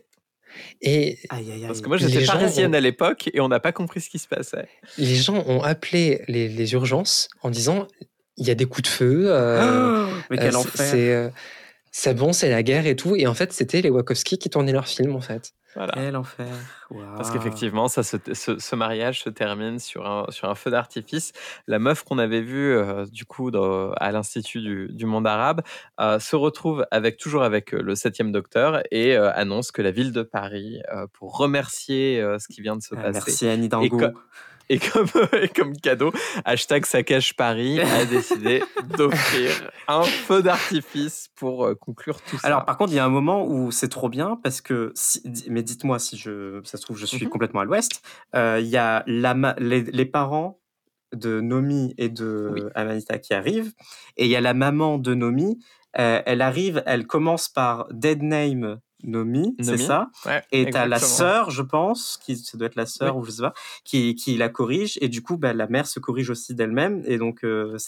Et parce que moi j'étais parisienne à l'époque et on n'a pas compris ce qui se passait. Les gens ont appelé les urgences en disant il y a des coups de feu. Mais quel enfer. C'est bon, c'est la guerre et tout. Et en fait, c'était les Wachowski qui tournaient leur film en fait. Voilà. Quel enfer. Wow. Parce qu'effectivement, ce mariage se termine sur un feu d'artifice. La meuf qu'on avait vue du coup à l'Institut du monde arabe se retrouve toujours avec le 7e docteur et annonce que la ville de Paris, pour remercier ce qui vient de se passer. Merci Anne Hidalgo. Et comme cadeau, #SaccageParis a décidé d'offrir un feu d'artifice pour conclure tout ça. Alors par contre, il y a un moment où c'est trop bien parce que, mais dites-moi si ça se trouve je suis complètement à l'ouest, il y a les parents de Nomi et de Amanita qui arrivent et il y a la maman de Nomi, elle arrive, elle commence par Dead Name Nomi, c'est ça, et t'as la sœur, je pense, ça doit être la sœur ou je sais pas, qui la corrige et du coup la mère se corrige aussi d'elle-même et donc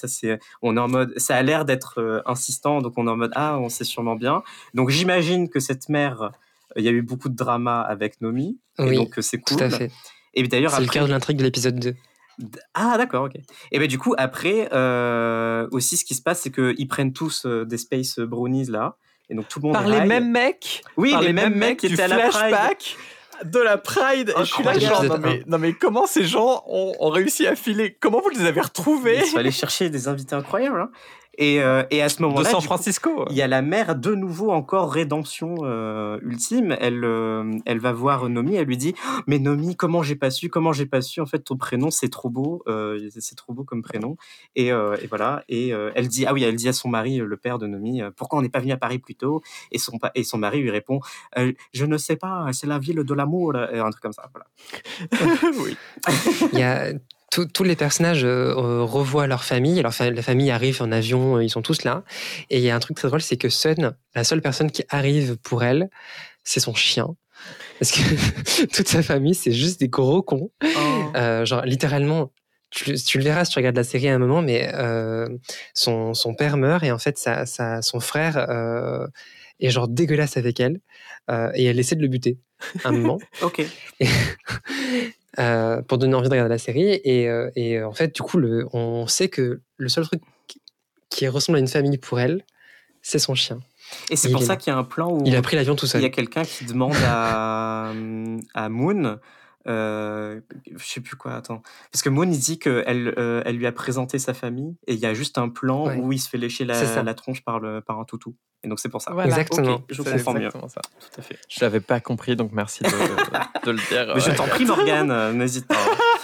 on est en mode, ça a l'air d'être insistant, donc on est en mode on sait sûrement bien, donc j'imagine que cette mère, il y a eu beaucoup de drama avec Nomi et donc c'est cool. Tout à fait. Et d'ailleurs c'est le cœur de l'intrigue de l'épisode 2. D'accord, ok. Et du coup après aussi ce qui se passe c'est qu'ils prennent tous des Space Brownies là. Et donc tout le monde par les mêmes mecs. Oui, les mêmes mecs qui étaient à la flashback de la Pride. Et je suis là genre, non mais comment ces gens ont réussi à filer? Comment vous les avez retrouvés? Il fallait chercher des invités incroyables. Hein. Et à ce moment-là, de San Francisco, il y a la mère de nouveau encore rédemption ultime. Elle va voir Nomi, elle lui dit mais Nomi, comment j'ai pas su en fait ton prénom c'est trop beau, c'est trop beau comme prénom. Et voilà. Et elle dit à son mari, le père de Nomi, pourquoi on n'est pas venu à Paris plus tôt? Et son mari lui répond je ne sais pas, c'est la ville de l'amour, un truc comme ça. Voilà. Oui. Il y a tous les personnages revoient leur famille. La famille arrive en avion, ils sont tous là. Et il y a un truc très drôle, c'est que Sun, la seule personne qui arrive pour elle, c'est son chien. Parce que toute sa famille, c'est juste des gros cons. Genre, littéralement, tu le verras si tu regardes la série à un moment, mais son père meurt et en fait, son frère est genre dégueulasse avec elle et elle essaie de le buter à un moment. Ok. Pour donner envie de regarder la série. Et en fait, du coup, on sait que le seul truc qui ressemble à une famille pour elle, c'est son chien. Et c'est pour ça qu'il y a un plan où il a pris l'avion tout seul. Il y a quelqu'un qui demande à Moon, je sais plus quoi, attends. Parce que Moon, il dit qu'elle lui a présenté sa famille et il y a juste un plan où il se fait lécher la tronche par un toutou. Et donc c'est pour ça. Voilà. Exactement. Okay, je comprends mieux. Ça. Tout à fait. Je l'avais pas compris, donc merci de le dire. Mais je t'en prie, Morgane, n'hésite pas.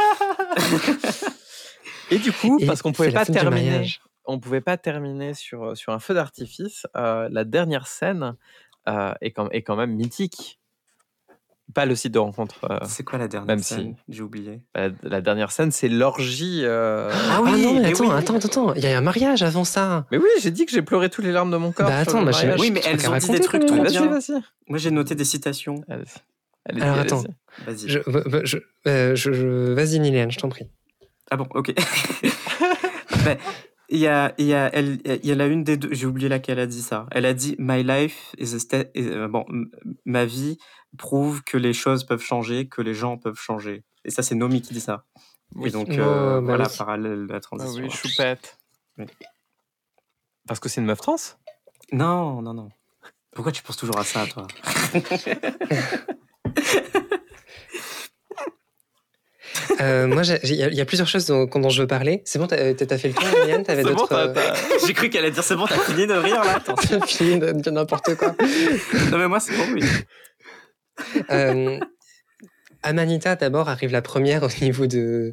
Et du coup, parce qu'on pouvait pas terminer... On pouvait pas terminer sur un feu d'artifice. La dernière scène est quand même mythique. Pas le site de rencontre. C'est quoi la dernière scène ? J'ai oublié. La dernière scène, c'est l'orgie. Ah oui, non, mais attends. Il y a un mariage avant ça. Mais oui, j'ai dit que j'ai pleuré toutes les larmes de mon corps. Bah attends, oui, mais elles ont dit des trucs trop bien. Vas-y. Moi, j'ai noté des citations. Allez-y. Alors attends. Vas-y. Vas-y, Nilène, je t'en prie. Ah bon, ok. Il y a une des deux, j'ai oublié laquelle a dit ça. Elle a dit My life is ma vie prouve que les choses peuvent changer, que les gens peuvent changer. Et ça, c'est Nomi qui dit ça. Oui. Et donc, oui. parallèle la transition. Oui, choupette. Oui. Parce que c'est une meuf trans ? Non. Pourquoi tu penses toujours à ça, toi ? Moi, il y a plusieurs choses dont je veux parler. C'est bon, t'as fait le tour, Liliane ? T'avais d'autres. J'ai cru qu'elle allait dire c'est bon, t'as fini de rire là. T'as fini de dire n'importe quoi. Non mais moi c'est bon, oui. Amanita d'abord arrive la première au niveau du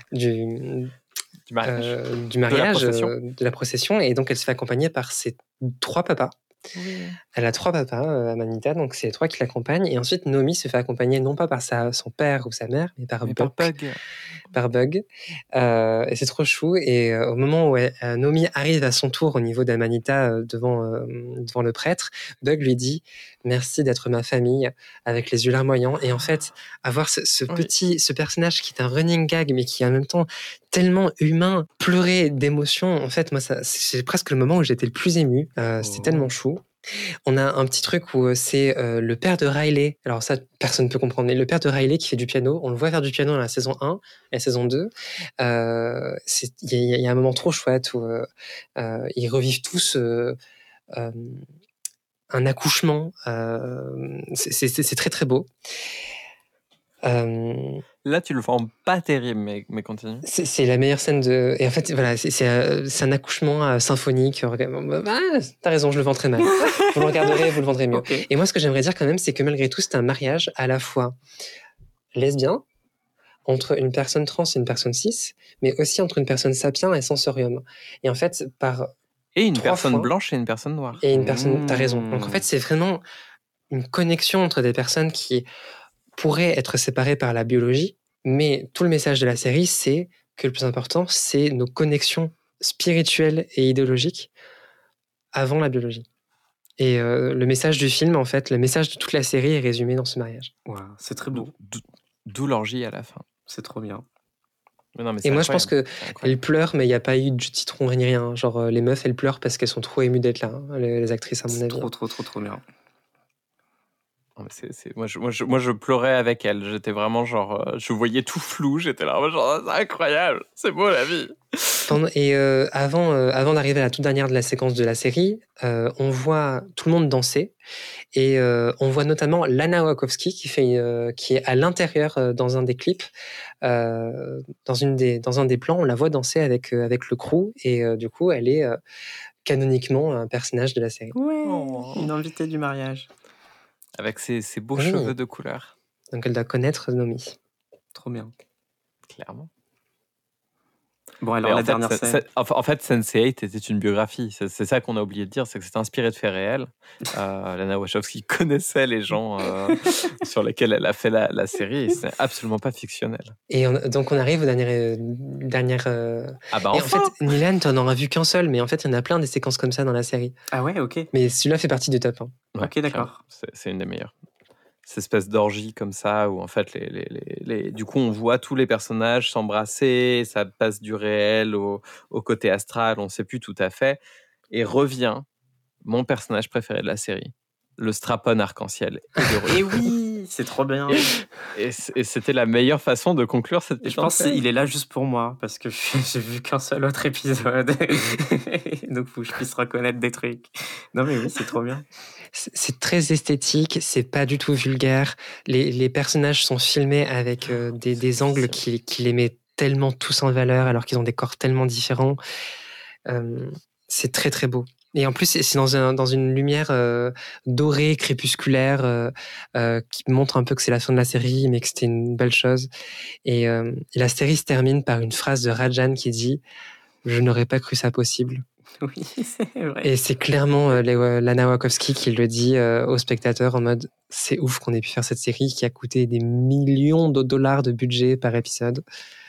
mariage, de la procession, et donc elle se fait accompagner par ses 3 papas. Oui. Elle a 3 papas, Amanita, donc c'est les 3 qui l'accompagnent. Et ensuite, Nomi se fait accompagner non pas par son père ou sa mère, mais par Bug. Par Bug. Et c'est trop chou. Et au moment où Nomi arrive à son tour au niveau d'Amanita devant le prêtre, Bug lui dit « Merci d'être ma famille » avec les yeux larmoyants. Et en fait, avoir ce personnage qui est un running gag, mais qui est en même temps tellement humain, pleurer d'émotion. En fait, moi, c'est presque le moment où j'étais le plus ému. C'était tellement chou. On a un petit truc où c'est le père de Riley. Alors ça, personne ne peut comprendre, mais le père de Riley qui fait du piano, on le voit faire du piano dans la saison 1 et la saison 2. Il y a un moment trop chouette où ils revivent tous un accouchement. C'est très, très beau. Là, tu le vends pas terrible, mais continue. C'est la meilleure scène de... Et en fait, voilà, c'est un accouchement symphonique. T'as raison, je le vends très mal. Vous le regarderez, vous le vendrez mieux. Okay. Et moi, ce que j'aimerais dire quand même, c'est que malgré tout, c'est un mariage à la fois lesbien, entre une personne trans et une personne cis, mais aussi entre une personne sapien et sensorium. Et en fait, Et une personne blanche et une personne noire. Et une personne... T'as raison. Donc en fait, c'est vraiment une connexion entre des personnes qui pourraient être séparées par la biologie, mais tout le message de la série, c'est que le plus important, c'est nos connexions spirituelles et idéologiques avant la biologie. Et le message du film, en fait, le message de toute la série est résumé dans ce mariage. Wow, c'est très beau. D'où l'orgie à la fin. C'est trop bien. Et moi, je pense qu'elles pleurent, mais il n'y a pas eu de citron ni rien. Genre, les meufs, elles pleurent parce qu'elles sont trop émues d'être là, les actrices, à mon avis. Trop bien. Moi, je pleurais avec elle. J'étais vraiment genre... je voyais tout flou. J'étais là, genre, c'est incroyable. C'est beau, la vie. Et avant d'arriver à la toute dernière de la séquence de la série, on voit tout le monde danser. Et on voit notamment Lana Wachowski qui est à l'intérieur dans un des clips. Dans un des plans, on la voit danser avec le crew. Et du coup, elle est canoniquement un personnage de la série. Ouais, une invitée du mariage. Avec ses beaux cheveux de couleur. Donc elle doit connaître Nomi. Trop bien. Clairement. Bon, alors la dernière scène. En fait, Sense8 était une biographie. C'est ça qu'on a oublié de dire, c'est que c'était inspiré de faits réels. Lana Wachowski connaissait les gens sur lesquels elle a fait la série, et c'est absolument pas fictionnel. Et donc on arrive aux dernières. Ah bah et enfin. En fait, Nilan, t'en auras vu qu'un seul, mais en fait, il y en a plein des séquences comme ça dans la série. Ah ouais, ok. Mais celui-là fait partie du top 1. Ouais, ok, d'accord. C'est une des meilleures. cette espèce d'orgie comme ça, où en fait, du coup, on voit tous les personnages s'embrasser, ça passe du réel au côté astral, on ne sait plus tout à fait, et revient mon personnage préféré de la série, le strap-on arc-en-ciel. Et oui, c'est trop bien. Et c'était la meilleure façon de conclure cette Je pense qu'il est là juste pour moi, parce que j'ai vu qu'un seul autre épisode. Donc, faut que je puisse reconnaître des trucs. Non, mais oui, c'est trop bien. C'est très esthétique, c'est pas du tout vulgaire. Les personnages sont filmés avec des angles qui les mettent tellement tous en valeur, alors qu'ils ont des corps tellement différents. C'est très très beau. Et en plus, c'est dans une lumière dorée, crépusculaire, qui montre un peu que c'est la fin de la série, mais que c'était une belle chose. Et la série se termine par une phrase de Rajan qui dit « Je n'aurais pas cru ça possible ». Oui, c'est vrai. Et c'est clairement Lana Wachowski qui le dit aux spectateurs en mode « C'est ouf qu'on ait pu faire cette série qui a coûté des millions de dollars de budget par épisode ».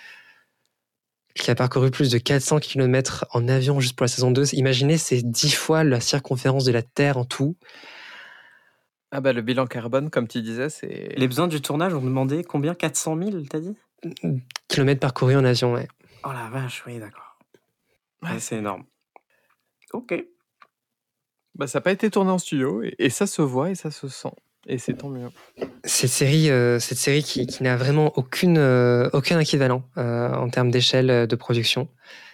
Qui a parcouru plus de 400 km en avion juste pour la saison 2. Imaginez, c'est 10 fois la circonférence de la Terre en tout. Ah bah le bilan carbone, comme tu disais, c'est... Les besoins du tournage ont demandé combien? 400 000, t'as dit? Kilomètres parcourus en avion, ouais. Oh la vache, oui, d'accord. Ouais, c'est énorme. Ok. Bah ça n'a pas été tourné en studio, et ça se voit et ça se sent. Et c'est tant mieux. Cette série qui n'a vraiment aucun équivalent en termes d'échelle de production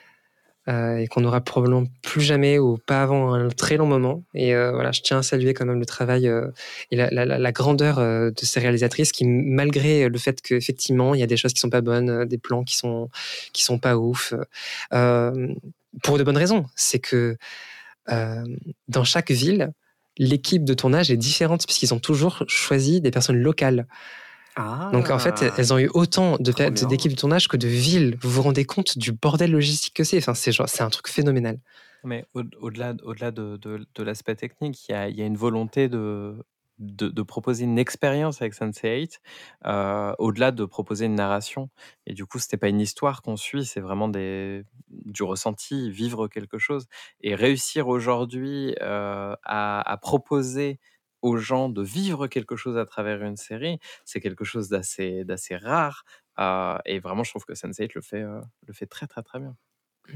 et qu'on n'aura probablement plus jamais ou pas avant un très long moment. Et voilà, je tiens à saluer quand même le travail et la grandeur de ces réalisatrices qui, malgré le fait qu'effectivement il y a des choses qui sont pas bonnes, des plans qui sont pas ouf, pour de bonnes raisons. C'est que dans chaque ville, l'équipe de tournage est différente puisqu'ils ont toujours choisi des personnes locales. Ah, donc en fait, elles ont eu autant d'équipes de tournage que de villes. Vous vous rendez compte du bordel logistique que c'est? Enfin, c'est un truc phénoménal. Mais au-delà de l'aspect technique, il y a une volonté de proposer une expérience avec Sense8, au-delà de proposer une narration. Et du coup, c'était pas une histoire qu'on suit, c'est vraiment du ressenti, vivre quelque chose. Et réussir aujourd'hui à proposer aux gens de vivre quelque chose à travers une série, c'est quelque chose d'assez rare. Et vraiment, je trouve que Sense8 le fait très, très, très bien.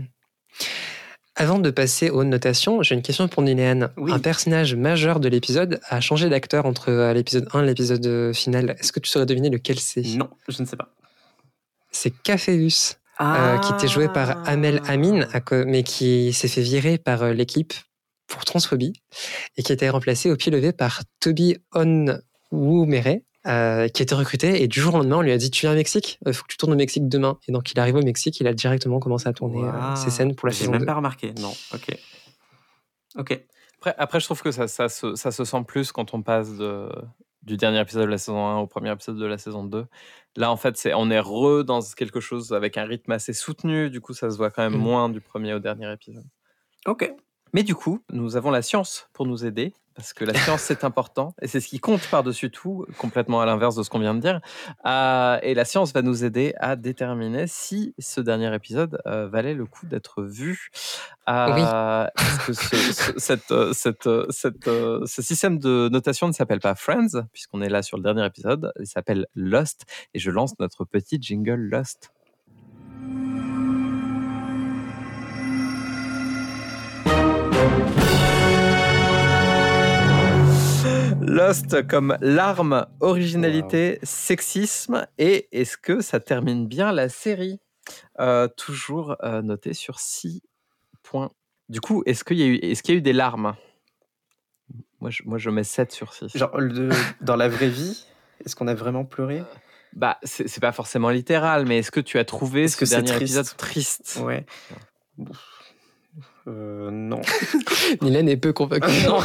Avant de passer aux notations, j'ai une question pour Niléane. Oui. Un personnage majeur de l'épisode a changé d'acteur entre l'épisode 1 et l'épisode final. Est-ce que tu saurais deviner lequel c'est? Non, je ne sais pas. C'est Caféus, qui était joué par Amel Amin, mais qui s'est fait virer par l'équipe pour transphobie et qui a été remplacé au pied levé par Toby Onwumere, qui a été recruté, et du jour au lendemain on lui a dit: tu viens au Mexique, il faut que tu tournes au Mexique demain. Et donc il arrive au Mexique, il a directement commencé à tourner ses scènes pour la saison 2. J'ai même pas remarqué, non. Ok. Après, je trouve que ça se sent plus quand on passe du dernier épisode de la saison 1 au premier épisode de la saison 2. Là, en fait, on est dans quelque chose avec un rythme assez soutenu. Du coup, ça se voit quand même moins du premier au dernier épisode. Ok. Mais du coup, nous avons la science pour nous aider, parce que la science, c'est important, et c'est ce qui compte par-dessus tout, complètement à l'inverse de ce qu'on vient de dire. Et la science va nous aider à déterminer si ce dernier épisode valait le coup d'être vu. Oui. Est-ce que ce système de notation ne s'appelle pas Friends, puisqu'on est là sur le dernier épisode, il s'appelle Lost, et je lance notre petit jingle Lost. Lost comme larme, originalité, sexisme. Et est-ce que ça termine bien la série? Toujours noté sur 6 points. Du coup, est-ce qu'il y a eu des larmes? Moi, je mets 7 sur 6. Genre, dans la vraie vie, est-ce qu'on a vraiment pleuré? Bah, c'est pas forcément littéral, mais est-ce que tu as trouvé ce dernier épisode triste? Ouais. Non. Niléane est peu convaincue. Non.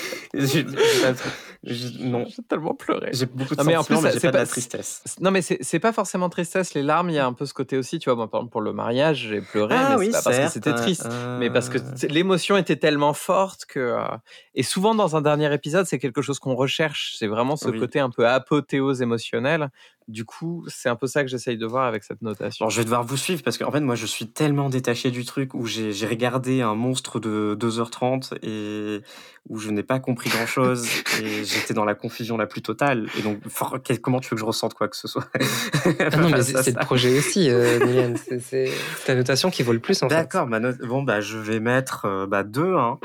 Non. J'ai tellement pleuré. J'ai beaucoup de mais sentiments, en plus, mais j'ai pas de la tristesse. Non, mais c'est pas forcément tristesse. Les larmes, il y a un peu ce côté aussi. Tu vois, moi, par exemple, pour le mariage, j'ai pleuré, mais oui, c'est pas parce que c'était triste, mais parce que l'émotion était tellement forte que... Et souvent, dans un dernier épisode, c'est quelque chose qu'on recherche. C'est vraiment ce côté un peu apothéose émotionnelle Du coup, c'est un peu ça que j'essaye de voir avec cette notation. Bon, je vais devoir vous suivre parce qu'en fait, moi, je suis tellement détaché du truc où j'ai regardé un monstre de 2h30 et où je n'ai pas compris grand-chose et j'étais dans la confusion la plus totale. Et donc, comment tu veux que je ressente quoi que ce soit? Ah non, mais c'est le projet aussi, Mylène. C'est ta notation qui vaut le plus, en fait. D'accord, bon, je vais mettre 2, hein.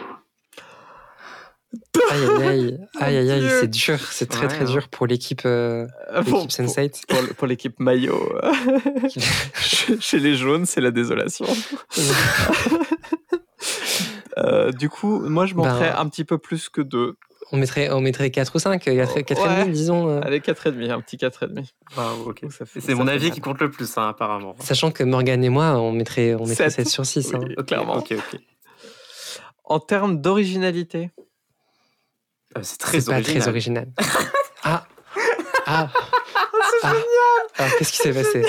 Aïe, c'est dur, c'est très dur pour l'équipe Sense8. Pour l'équipe maillot. Chez les jaunes, c'est la désolation. Du coup, moi, je montrais un petit peu plus que 2. On mettrait 4 ou 5, 4,5, disons. Allez, 4,5, un petit 4,5. Wow, ok. C'est mon avis qui compte le plus, hein, apparemment. Sachant que Morgane et moi, on mettrait 7 sur 6. Oui, hein. Clairement. Ok. En termes d'originalité, c'est très original. Ah. C'est génial. Alors, qu'est-ce qui s'est passé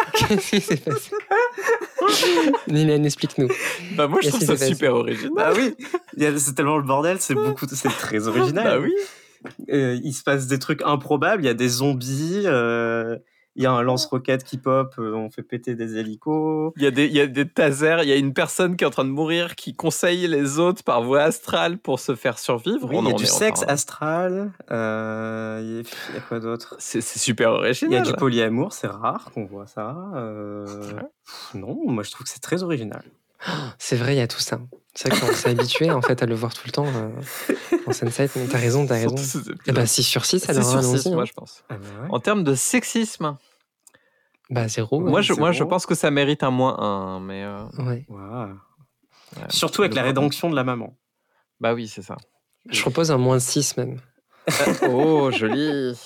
Mylène, explique-nous. Moi, je trouve ça super original. Bah oui, c'est tellement le bordel, c'est très original. Bah oui. Il se passe des trucs improbables, il y a des zombies, il y a un lance-roquette qui pop, on fait péter des hélicos. Il y a des tasers, il y a une personne qui est en train de mourir qui conseille les autres par voie astrale pour se faire survivre. Oui, il y a du sexe astral, il y a quoi d'autre? C'est super original. Il y a du polyamour, c'est rare qu'on voit ça. Non, moi je trouve que c'est très original. C'est vrai, il y a tout ça. C'est vrai qu'on s'est habitué en fait à le voir tout le temps en Sense8, mais t'as raison. Et 6 sur 6, alors 6 sur 6, allons-y. moi je pense. Ah ouais. En termes de sexisme, 0. moi je pense que ça mérite un -1, mais ouais. Wow. Surtout avec la rédemption de la maman. Bah oui, c'est ça. Je propose un -6 même. Oh, joli.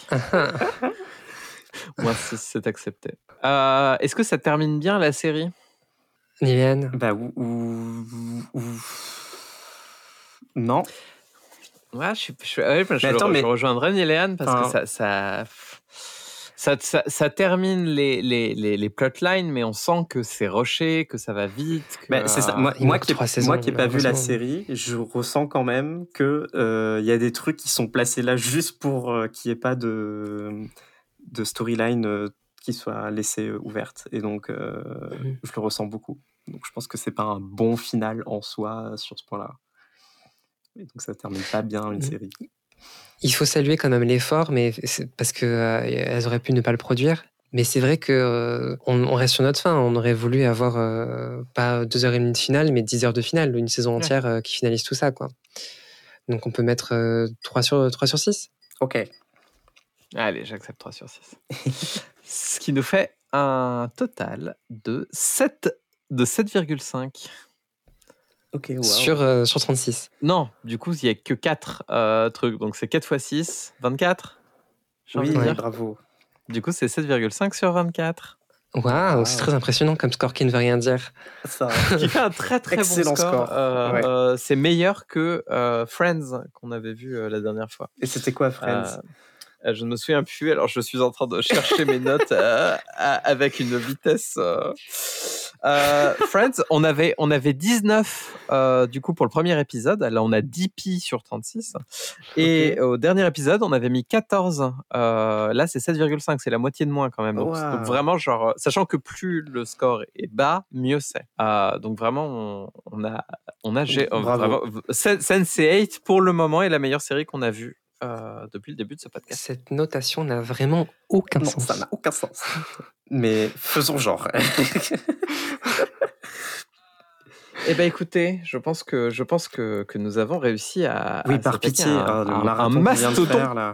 -6, c'est accepté. Est-ce que ça termine bien la série? Liliane? Non. Ouais, je rejoindrai Liliane parce que ça termine les plotlines, mais on sent que c'est rushé, que ça va vite. C'est ça. Moi qui n'ai pas vu la série, je ressens quand même que y a des trucs qui sont placés là juste pour qu'il n'y ait pas de storyline qui soit laissée ouverte. Et donc, je le ressens beaucoup. Donc, je pense que c'est pas un bon final en soi sur ce point-là. Et donc, ça termine pas bien une série. Il faut saluer quand même l'effort, mais parce que elles auraient pu ne pas le produire. Mais c'est vrai que on reste sur notre fin. On aurait voulu avoir pas 2h30 de finale, mais 10 heures de finale, une saison entière qui finalise tout ça, quoi. Donc on peut mettre 3 sur 6. Ok. Allez, j'accepte 3 sur 6. Ce qui nous fait un total de 7,5. Ok, wow. Sur 36. Non, du coup, il n'y a que 4 trucs. Donc, c'est 4 x 6, 24. Oui, bravo. Du coup, c'est 7,5 sur 24. Waouh, c'est très impressionnant comme score qui ne veut rien dire. Ça. Qui fait un très très excellent bon score. C'est meilleur que Friends qu'on avait vu la dernière fois. Et c'était quoi Friends? Je ne me souviens plus, alors je suis en train de chercher mes notes avec une vitesse. Friends, on avait 19 du coup pour le premier épisode. Là, on a 10 pi sur 36. Et au dernier épisode, on avait mis 14. Là, c'est 7,5. C'est la moitié de moins quand même. Donc vraiment, genre, sachant que plus le score est bas, mieux c'est. Donc vraiment, on a vraiment, Sense8 pour le moment est la meilleure série qu'on a vue. Depuis le début de ce podcast. Cette notation n'a vraiment aucun sens. Ça n'a aucun sens. Mais faisons genre. Eh ben écoutez, je pense que nous avons réussi à. Oui, par pitié, un mastodonte.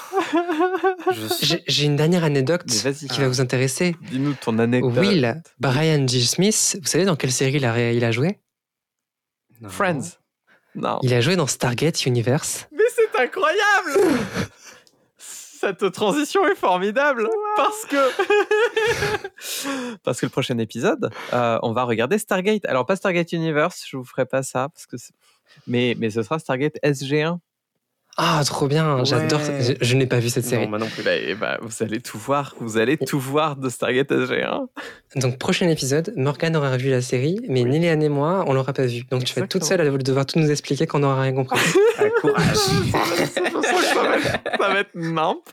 J'ai une dernière anecdote qui va vous intéresser. Dis-nous ton anecdote. Will Brian G. Smith, vous savez dans quelle série il a joué? Non. Friends. Non. Il a joué dans Stargate Universe. Mais c'est incroyable. Cette transition est formidable parce que le prochain épisode, on va regarder Stargate. Alors pas Stargate Universe, je vous ferai pas ça parce que mais ce sera Stargate SG1. Ah, trop bien, j'adore. Ouais. Je n'ai pas vu cette série. Non, moi non plus. Vous allez tout voir. Vous allez tout voir de Stargate SG1. Donc, prochain épisode, Morgane aura vu la série, mais Néléane et moi, on l'aura pas vue. Donc, tu vas être toute seule à devoir tout nous expliquer quand on n'aura rien compris. Courage. Ça va être nimp.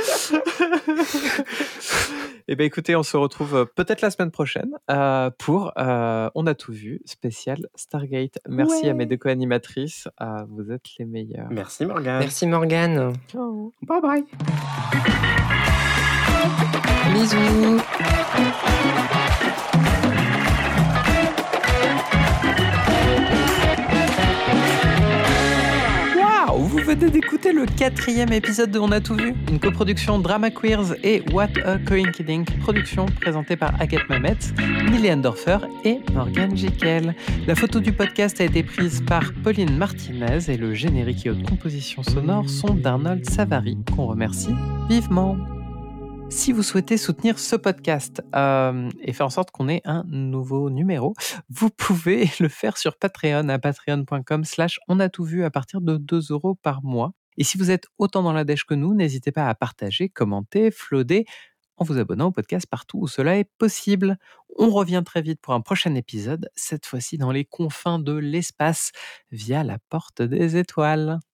Eh bien, écoutez, on se retrouve peut-être la semaine prochaine pour On a tout vu, spécial Stargate. Merci à mes deux co-animatrices. Vous êtes les meilleurs. Merci Morgane. Merci Morgane. Ciao. Bye bye. Bisous. Waouh, vous venez d'écouter le 4e épisode de On a tout vu, une coproduction Drama Queers et What a Coinkydink, production présentée par Agathe Mamet, Néléane Dorfer et Morgane Jekyll. La photo du podcast a été prise par Pauline Martinez et le générique et autres compositions sonores sont d'Arnold Savary, qu'on remercie vivement. Si vous souhaitez soutenir ce podcast et faire en sorte qu'on ait un nouveau numéro, vous pouvez le faire sur Patreon à patreon.com/onatoutvu à partir de 2 € par mois. Et si vous êtes autant dans la dèche que nous, n'hésitez pas à partager, commenter, flotter en vous abonnant au podcast partout où cela est possible. On revient très vite pour un prochain épisode, cette fois-ci dans les confins de l'espace, via la porte des étoiles.